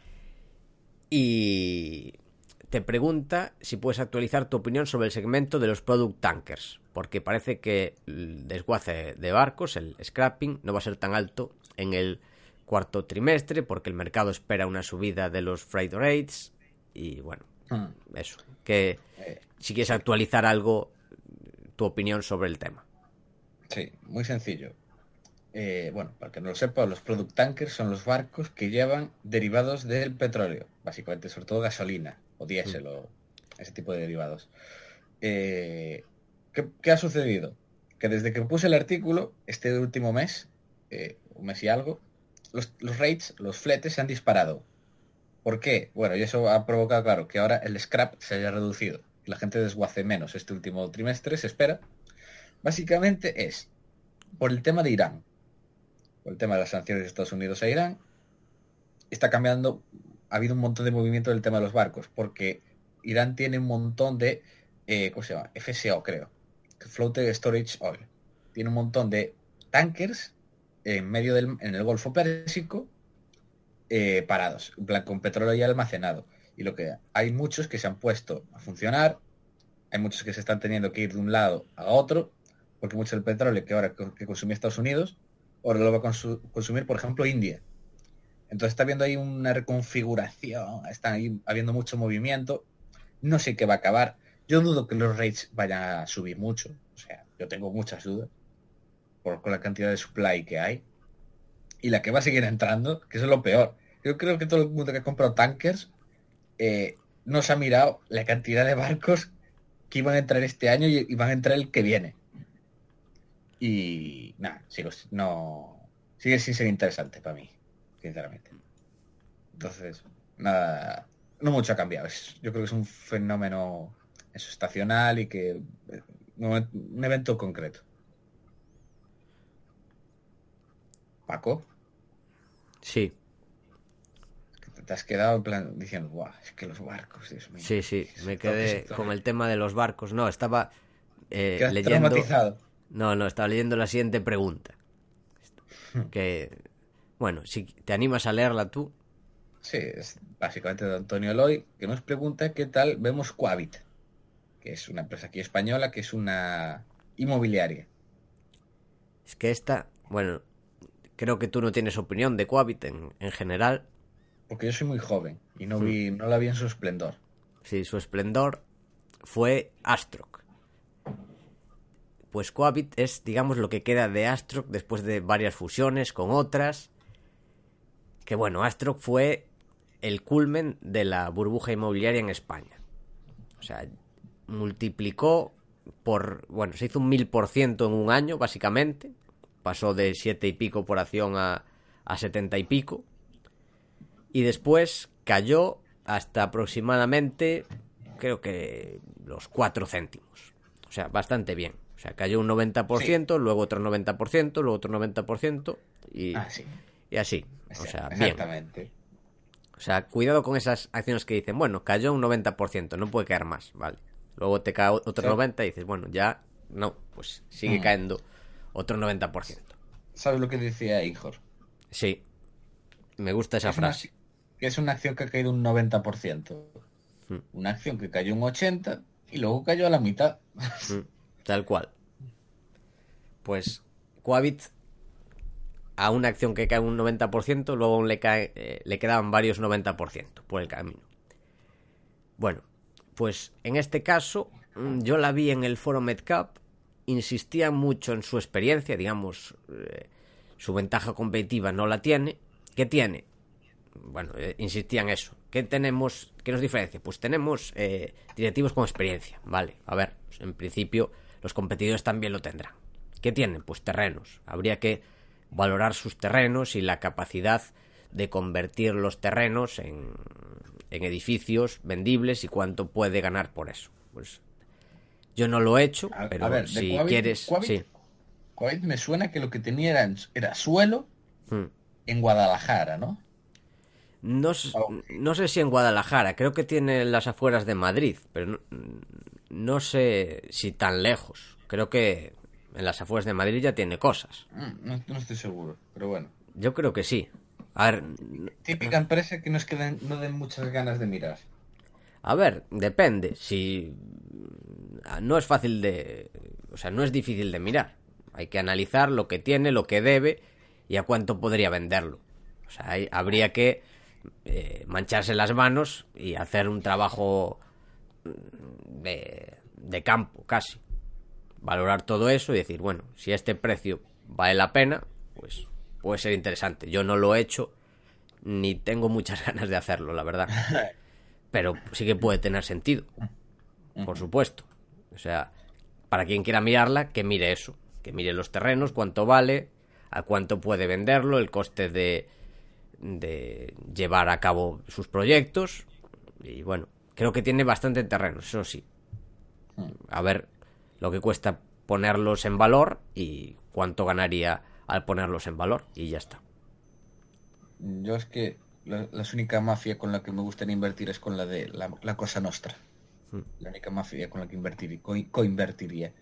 Y te pregunta si puedes actualizar tu opinión sobre el segmento de los product tankers, porque parece que el desguace de barcos, el scrapping, no va a ser tan alto en el cuarto trimestre, porque el mercado espera una subida de los freight rates. Y bueno, eso, que si quieres actualizar algo, tu opinión sobre el tema. Sí, muy sencillo. Bueno, para que no lo sepa, los product tankers son los barcos que llevan derivados del petróleo, básicamente, sobre todo gasolina o diésel o ese tipo de derivados. ¿qué ha sucedido? Que desde que puse el artículo, este último mes, un mes y algo, los rates, los fletes se han disparado. ¿Por qué? Bueno, y eso ha provocado, claro, que ahora el scrap se haya reducido. La gente desguace menos este último trimestre, se espera. Básicamente es por el tema de Irán, por el tema de las sanciones de Estados Unidos a Irán. Está cambiando, ha habido un montón de movimiento del tema de los barcos, porque Irán tiene un montón de, ¿cómo se llama? FSO, creo. Floating Storage Oil. Tiene un montón de tankers en en el Golfo Pérsico, parados, en plan, con petróleo ya almacenado. Y lo que hay muchos que se han puesto a funcionar, hay muchos que se están teniendo que ir de un lado a otro, porque mucho del petróleo que ahora que consumía Estados Unidos, ahora lo va a consumir, por ejemplo, India. Entonces está habiendo ahí una reconfiguración, está ahí habiendo mucho movimiento. No sé qué va a acabar. Yo dudo que los rates vayan a subir mucho. O sea, yo tengo muchas dudas con la cantidad de supply que hay. Y la que va a seguir entrando, que eso es lo peor. Yo creo que todo el mundo que ha comprado tankers no se ha mirado la cantidad de barcos que iban a entrar este año y van a entrar el que viene. Y nada, sigue sin ser interesante para mí, sinceramente. Entonces, nada, no mucho ha cambiado. Yo creo que es un fenómeno estacional y que un evento concreto. Paco, Sí, es que te has quedado en plan diciendo, guau, es que los barcos, Dios mío. sí, me quedé con el tema de los barcos. No, estaba Quedas leyendo... traumatizado. No, estaba leyendo la siguiente pregunta. Que, bueno, si te animas a leerla tú. Sí, es básicamente de Antonio Eloy, que nos pregunta qué tal vemos Coavit, que es una empresa aquí española, que es una inmobiliaria. Es que esta, bueno, creo que tú no tienes opinión de Coavit en general. Porque yo soy muy joven y no la vi en su esplendor. Sí, su esplendor fue Astroc. Pues Coavit es, digamos, lo que queda de Astroc después de varias fusiones con otras. Que bueno, Astroc fue el culmen de la burbuja inmobiliaria en España. O sea, multiplicó bueno, se hizo un 1000% en un año, básicamente. Pasó de 7 y pico por acción a 70 y pico. Y después cayó hasta aproximadamente, creo que los 4 céntimos. O sea, bastante bien. O sea, cayó un 90%, sí. Luego otro 90%, luego otro 90% Sí. Y así. O sea, exactamente. Bien. O sea, cuidado con esas acciones que dicen, bueno, cayó un 90%, no puede caer más, ¿vale? Luego te cae otro 90% y dices, bueno, ya no, pues sigue cayendo otro 90%. ¿Sabes lo que decía Igor? Sí, me gusta esa frase. Que es una acción que ha caído un 90%. Una acción que cayó un 80% y luego cayó a la mitad. Tal cual. Pues Coavit, a una acción que cae un 90%, luego aún le quedaban varios 90% por el camino. Bueno, pues en este caso yo la vi en el foro MedCap, insistía mucho en su experiencia, digamos, su ventaja competitiva no la tiene. ¿Qué tiene? Bueno, insistía en eso. ¿Qué tenemos? ¿Qué nos diferencia? Pues tenemos directivos con experiencia, vale. A ver, pues en principio los competidores también lo tendrán. ¿Qué tienen? Pues terrenos. Habría que valorar sus terrenos y la capacidad de convertir los terrenos en edificios vendibles y cuánto puede ganar por eso. Pues yo no lo he hecho, pero a ver, si quieres... Coavit me suena que lo que tenía era suelo en Guadalajara, ¿no? No sé si en Guadalajara, creo que tiene las afueras de Madrid, pero no sé si tan lejos. Creo que en las afueras de Madrid ya tiene cosas. No estoy seguro, pero bueno. Yo creo que sí. A ver, típica empresa que no den muchas ganas de mirar. A ver, depende. Si no es fácil o sea, no es difícil de mirar. Hay que analizar lo que tiene, lo que debe y a cuánto podría venderlo. O sea, habría que mancharse las manos y hacer un trabajo de campo, casi. Valorar todo eso y decir, bueno, si este precio vale la pena, pues puede ser interesante. Yo no lo he hecho, ni tengo muchas ganas de hacerlo, la verdad. Pero sí que puede tener sentido, por supuesto. O sea, para quien quiera mirarla, que mire eso, que mire los terrenos, cuánto vale, a cuánto puede venderlo, el coste de llevar a cabo sus proyectos. Y bueno, creo que tiene bastante terreno, eso sí. A ver lo que cuesta ponerlos en valor y cuánto ganaría al ponerlos en valor, y ya está. Yo es que la única mafia con la que me gustaría invertir es con la de la Cosa Nostra. La única mafia con la que coinvertiría.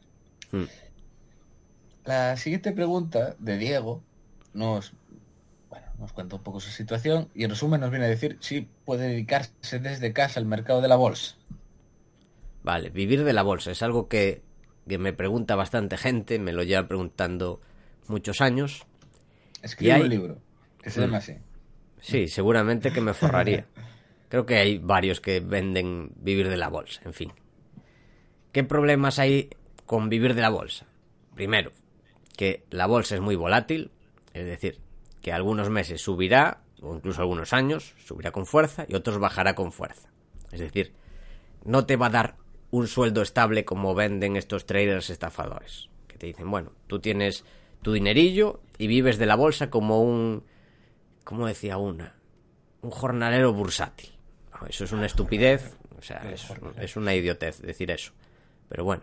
La siguiente pregunta de Diego nos cuenta un poco su situación y en resumen nos viene a decir si puede dedicarse desde casa al mercado de la bolsa. Vale, vivir de la bolsa es algo que me pregunta bastante gente, me lo lleva preguntando muchos años. Escribe un libro que se llama así. Sí, seguramente que me forraría. Creo que hay varios que venden vivir de la bolsa, en fin. ¿Qué problemas hay con vivir de la bolsa? Primero, que la bolsa es muy volátil, es decir, que algunos meses subirá, o incluso algunos años, subirá con fuerza y otros bajará con fuerza. Es decir, no te va a dar un sueldo estable como venden estos traders estafadores, que te dicen, bueno, tú tienes tu dinerillo y vives de la bolsa como un... ¿Cómo decía una? Un jornalero bursátil. No, eso es una estupidez, o sea, es una idiotez decir eso. Pero bueno,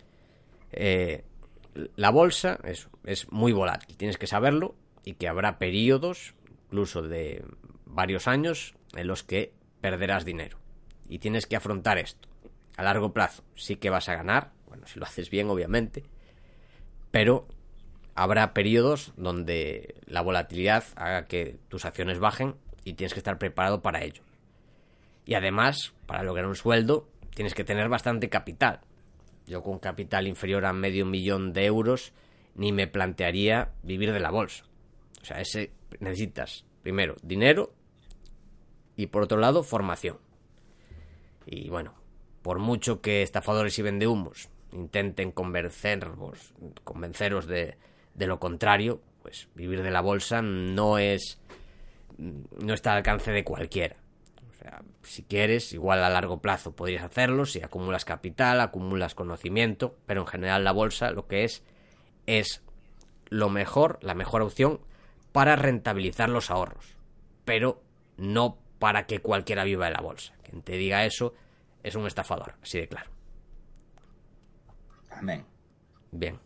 la bolsa es muy volátil, tienes que saberlo, y que habrá periodos, incluso de varios años, en los que perderás dinero. Y tienes que afrontar esto. A largo plazo sí que vas a ganar, bueno, si lo haces bien, obviamente, pero habrá periodos donde la volatilidad haga que tus acciones bajen y tienes que estar preparado para ello. Y además, para lograr un sueldo, tienes que tener bastante capital. Yo con capital inferior a $500,000 de euros ni me plantearía vivir de la bolsa. O sea, necesitas, primero, dinero y, por otro lado, formación. Y bueno, por mucho que estafadores y vendehumos intenten convenceros de lo contrario, pues vivir de la bolsa no está al alcance de cualquiera. O sea, si quieres, igual a largo plazo podrías hacerlo, si acumulas capital, acumulas conocimiento, pero en general la bolsa lo que es la mejor opción para rentabilizar los ahorros, pero no para que cualquiera viva de la bolsa. Quien te diga eso es un estafador, así de claro. Amén. Bien.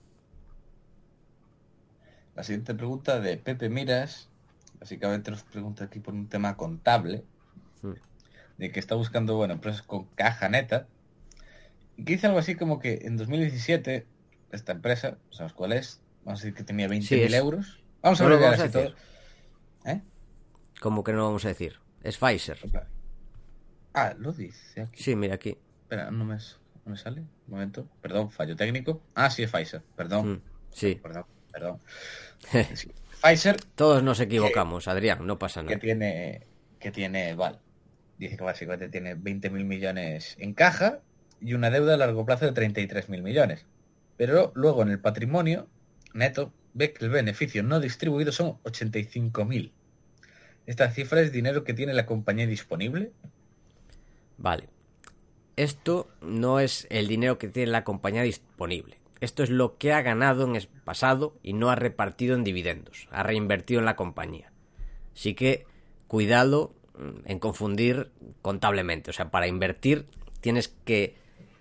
La siguiente pregunta de Pepe Miras, básicamente nos pregunta aquí por un tema contable, de que está buscando, empresas con caja neta, y que dice algo así como que en 2017 esta empresa, ¿sabes cuál es? Vamos a decir que tenía 20.000 euros. Vamos a abreviar así todo. ¿Cómo que no vamos a decir? Es Pfizer. Ah, lo dice aquí. Sí, mira aquí. Espera, no me sale. Un momento. Perdón, fallo técnico. Ah, sí, es Pfizer. Perdón. Sí. Perdón. Sí. Pfizer. Todos nos equivocamos, Adrián, no pasa nada. Que tiene, vale. Dice que básicamente tiene 20.000 millones en caja y una deuda a largo plazo de 33.000 millones. Pero luego en el patrimonio neto ve que el beneficio no distribuido son 85.000. ¿Esta cifra es dinero que tiene la compañía disponible? Vale. Esto no es el dinero que tiene la compañía disponible. Esto es lo que ha ganado en el pasado y no ha repartido en dividendos. Ha reinvertido en la compañía. Así que cuidado en confundir contablemente. O sea, para invertir tienes que,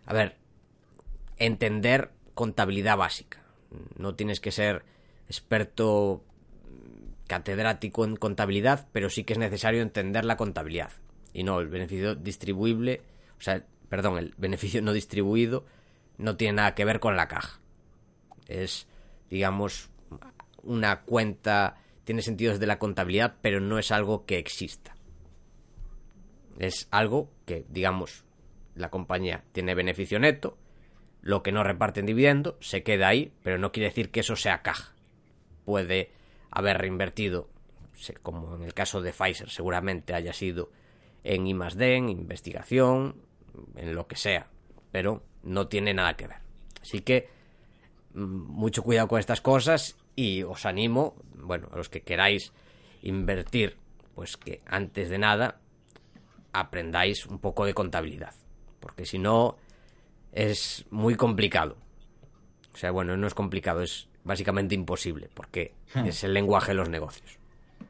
entender contabilidad básica. No tienes que ser experto catedrático en contabilidad, pero sí que es necesario entender la contabilidad. Y no, el beneficio distribuible, el beneficio no distribuido no tiene nada que ver con la caja. Es, digamos, una cuenta, tiene sentido desde la contabilidad, pero no es algo que exista. Es algo que, digamos, la compañía tiene beneficio neto, lo que no reparte en dividendo se queda ahí, pero no quiere decir que eso sea caja. Puede haber reinvertido, como en el caso de Pfizer, seguramente haya sido en I+D, en investigación, en lo que sea, pero no tiene nada que ver. Así que mucho cuidado con estas cosas y os animo, a los que queráis invertir, pues que antes de nada aprendáis un poco de contabilidad, porque si no es muy complicado. O sea, bueno, no es complicado, es básicamente imposible, porque es el lenguaje de los negocios.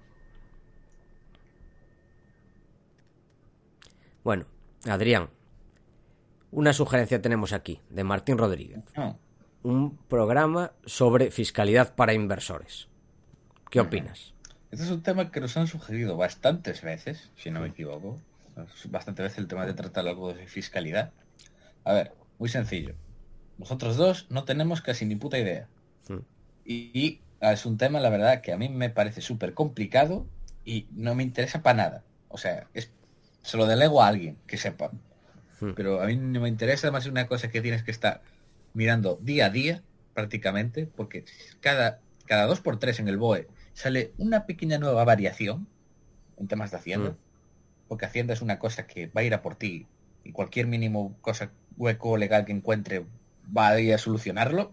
Bueno, Adrián, una sugerencia tenemos aquí, de Martín Rodríguez. Un programa sobre fiscalidad para inversores. ¿Qué opinas? Este es un tema que nos han sugerido bastantes veces, si no me equivoco. Bastantes veces el tema de tratar algo de fiscalidad. A ver, muy sencillo. Nosotros dos no tenemos casi ni puta idea. Y es un tema, la verdad, que a mí me parece súper complicado y no me interesa para nada. O sea, se lo delego a alguien que sepa. Pero a mí no me interesa, además es una cosa que tienes que estar mirando día a día, prácticamente, porque cada 2x3 en el BOE sale una pequeña nueva variación en temas de Hacienda. Porque Hacienda es una cosa que va a ir a por ti y cualquier mínimo cosa hueco legal que encuentre va a ir a solucionarlo.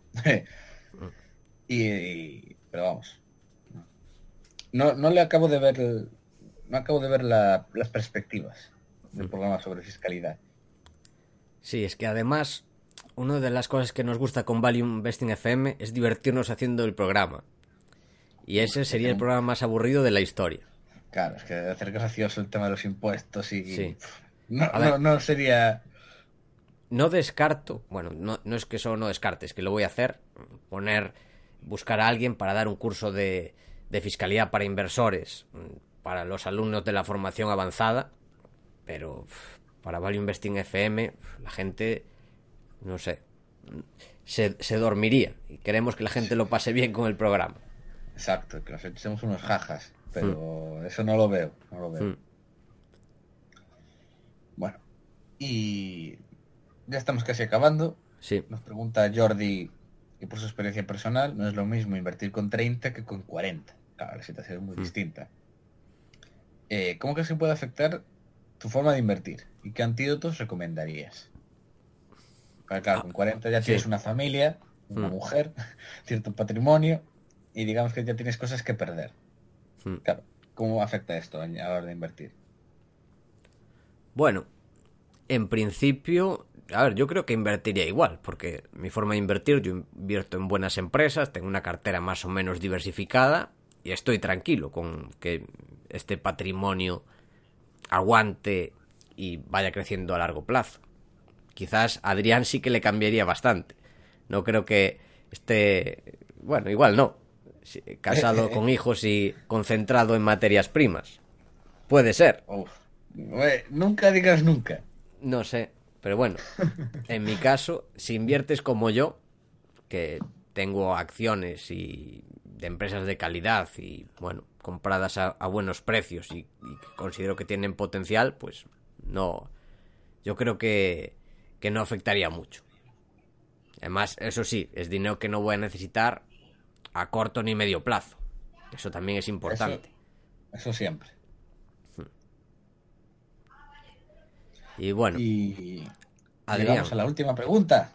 Pero vamos, no le acabo de ver las perspectivas del programa sobre fiscalidad. Sí, es que además una de las cosas que nos gusta con Value Investing FM es divertirnos haciendo el programa, y ese sería el programa más aburrido de la historia. Claro, es que hacer gracioso el tema de los impuestos y sí. No sería... No descarto, bueno, no es que solo no descartes, que lo voy a hacer, buscar a alguien para dar un curso de fiscalidad para inversores, para los alumnos de la formación avanzada, pero para Value Investing FM la gente, no sé, se dormiría, y queremos que la gente lo pase bien con el programa. Exacto, que nos echemos unos jajas, pero eso no lo veo. Bueno, y ya estamos casi acabando. Sí. Nos pregunta Jordi, y por su experiencia personal, no es lo mismo invertir con 30 que con 40. Claro, la situación es muy distinta. ¿Cómo crees que puede afectar tu forma de invertir? ¿Y qué antídotos recomendarías? Claro, con 40 ya tienes una familia, una mujer, cierto patrimonio, y digamos que ya tienes cosas que perder. Claro, ¿cómo afecta esto a la hora de invertir? Bueno, en principio, a ver, yo creo que invertiría igual, porque mi forma de invertir, yo invierto en buenas empresas, tengo una cartera más o menos diversificada y estoy tranquilo con que este patrimonio aguante y vaya creciendo a largo plazo. Quizás a Adrián sí que le cambiaría bastante. No creo que esté... Bueno, igual no. Casado con hijos y concentrado en materias primas. Puede ser. Nunca digas nunca. No sé, pero bueno, en mi caso, si inviertes como yo, que tengo acciones y de empresas de calidad y, bueno, compradas a buenos precios y considero que tienen potencial, pues no, yo creo que no afectaría mucho. Además, eso sí, es dinero que no voy a necesitar a corto ni medio plazo. Eso también es importante. Eso siempre. Y bueno, y Adrián, llegamos a la última pregunta.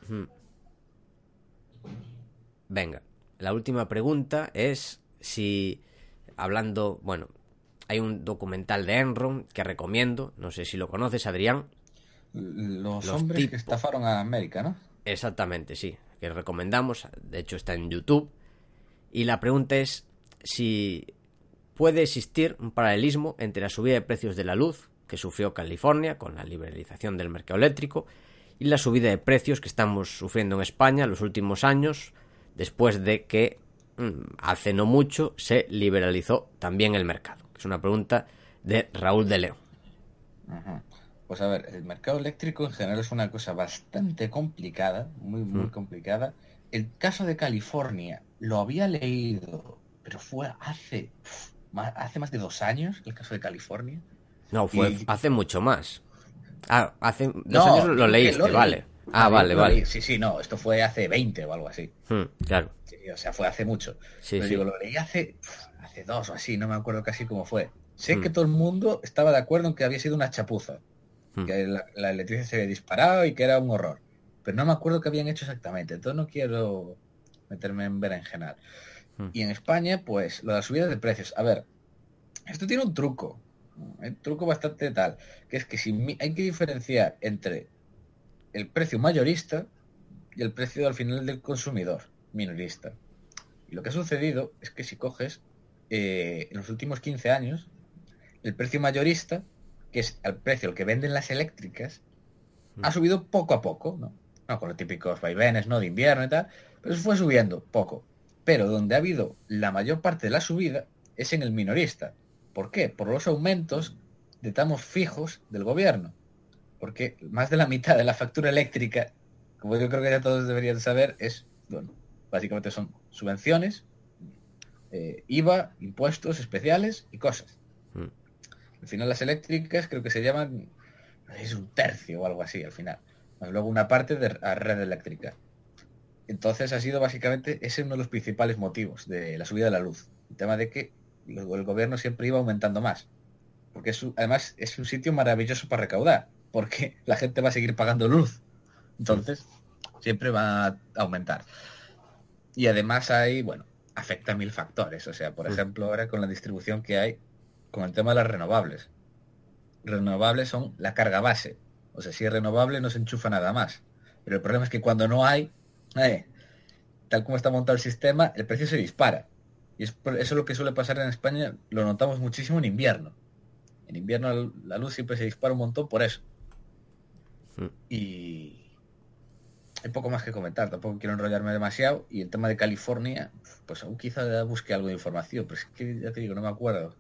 Venga, la última pregunta es si, hablando, bueno, hay un documental de Enron que recomiendo, no sé si lo conoces, Adrián. Los hombres que estafaron a América, ¿no? Exactamente, sí, que recomendamos, de hecho está en YouTube. Y la pregunta es si puede existir un paralelismo entre la subida de precios de la luz que sufrió California con la liberalización del mercado eléctrico y la subida de precios que estamos sufriendo en España los últimos años después de que hace no mucho se liberalizó también el mercado. Es una pregunta de Raúl de León. Pues a ver, el mercado eléctrico en general es una cosa bastante complicada, muy complicada. El caso de California lo había leído, pero fue hace más de 2 años el caso de California. No, fue hace mucho más. Hace 2 años lo leíste, vale. Vale. Sí, no, esto fue hace 20 o algo así. Claro. Sí, o sea, fue hace mucho. Pero digo, lo leí hace 2 o así, no me acuerdo casi cómo fue. Sé que todo el mundo estaba de acuerdo en que había sido una chapuza. Que la electricidad se había disparado y que era un horror. Pero no me acuerdo qué habían hecho exactamente. Entonces no quiero meterme en berenjenal. Y en España, pues, lo de la subida de precios. A ver, esto tiene un truco. Un truco bastante tal. Que es que si hay que diferenciar entre el precio mayorista y el precio al final del consumidor minorista. Y lo que ha sucedido es que si coges en los últimos 15 años, el precio mayorista, que es el precio al que venden las eléctricas, ha subido poco a poco, ¿no? No con los típicos vaivenes, ¿no? De invierno y tal, pero eso fue subiendo poco. Pero donde ha habido la mayor parte de la subida es en el minorista. ¿Por qué? Por los aumentos de tramos fijos del gobierno. Porque más de la mitad de la factura eléctrica, como yo creo que ya todos deberían saber, es, bueno, básicamente son subvenciones, IVA, impuestos especiales y cosas. Al final las eléctricas creo que se llaman, es un tercio o algo así al final. Más luego una parte de red eléctrica. Entonces ha sido básicamente, ese uno de los principales motivos de la subida de la luz. El tema de que el gobierno siempre iba aumentando más. Porque además es un sitio maravilloso para recaudar. Porque la gente va a seguir pagando luz. Entonces siempre va a aumentar. Y además hay, bueno, afecta a 1000 factores. O sea, por ejemplo, ahora con la distribución que hay con el tema de las renovables. Renovables son la carga base. O sea, si es renovable no se enchufa nada más. Pero el problema es que cuando no hay, tal como está montado el sistema, el precio se dispara. Y eso es lo que suele pasar en España, lo notamos muchísimo en invierno. En invierno la luz siempre se dispara un montón por eso. Y hay poco más que comentar, tampoco quiero enrollarme demasiado. Y el tema de California, pues aún quizá busque algo de información, pero es que ya te digo, no me acuerdo.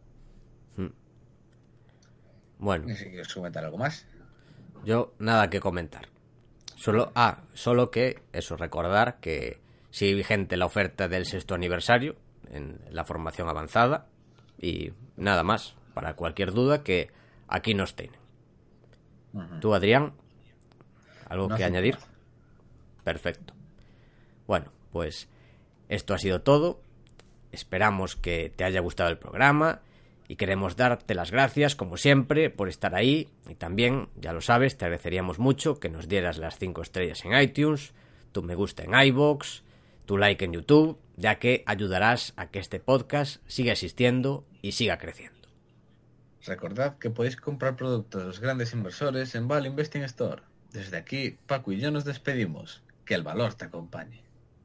Bueno. No sé si quieres comentar algo más. Yo nada que comentar. Solo que eso, recordar que sigue vigente la oferta del 6º aniversario en la formación avanzada y nada más, para cualquier duda que aquí nos tienen. ¿Tú, Adrián? ¿Algo que añadir? Perfecto. Bueno, pues esto ha sido todo. Esperamos que te haya gustado el programa y queremos darte las gracias, como siempre, por estar ahí. Y también, ya lo sabes, te agradeceríamos mucho que nos dieras las 5 estrellas en iTunes, tu me gusta en iVoox, tu like en YouTube, ya que ayudarás a que este podcast siga existiendo y siga creciendo. Recordad que podéis comprar productos de los grandes inversores en Val Investing Store. Desde aquí, Paco y yo nos despedimos. Que el valor te acompañe.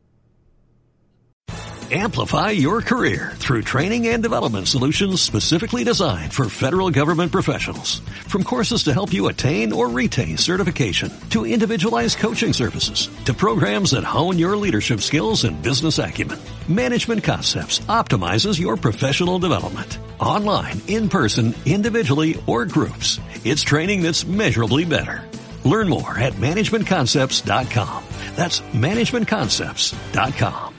Amplify your career through training and development solutions specifically designed for federal government professionals. From courses to help you attain or retain certification, to individualized coaching services, to programs that hone your leadership skills and business acumen, Management Concepts optimizes your professional development. Online, in person, individually, or groups, it's training that's measurably better. Learn more at managementconcepts.com. That's managementconcepts.com.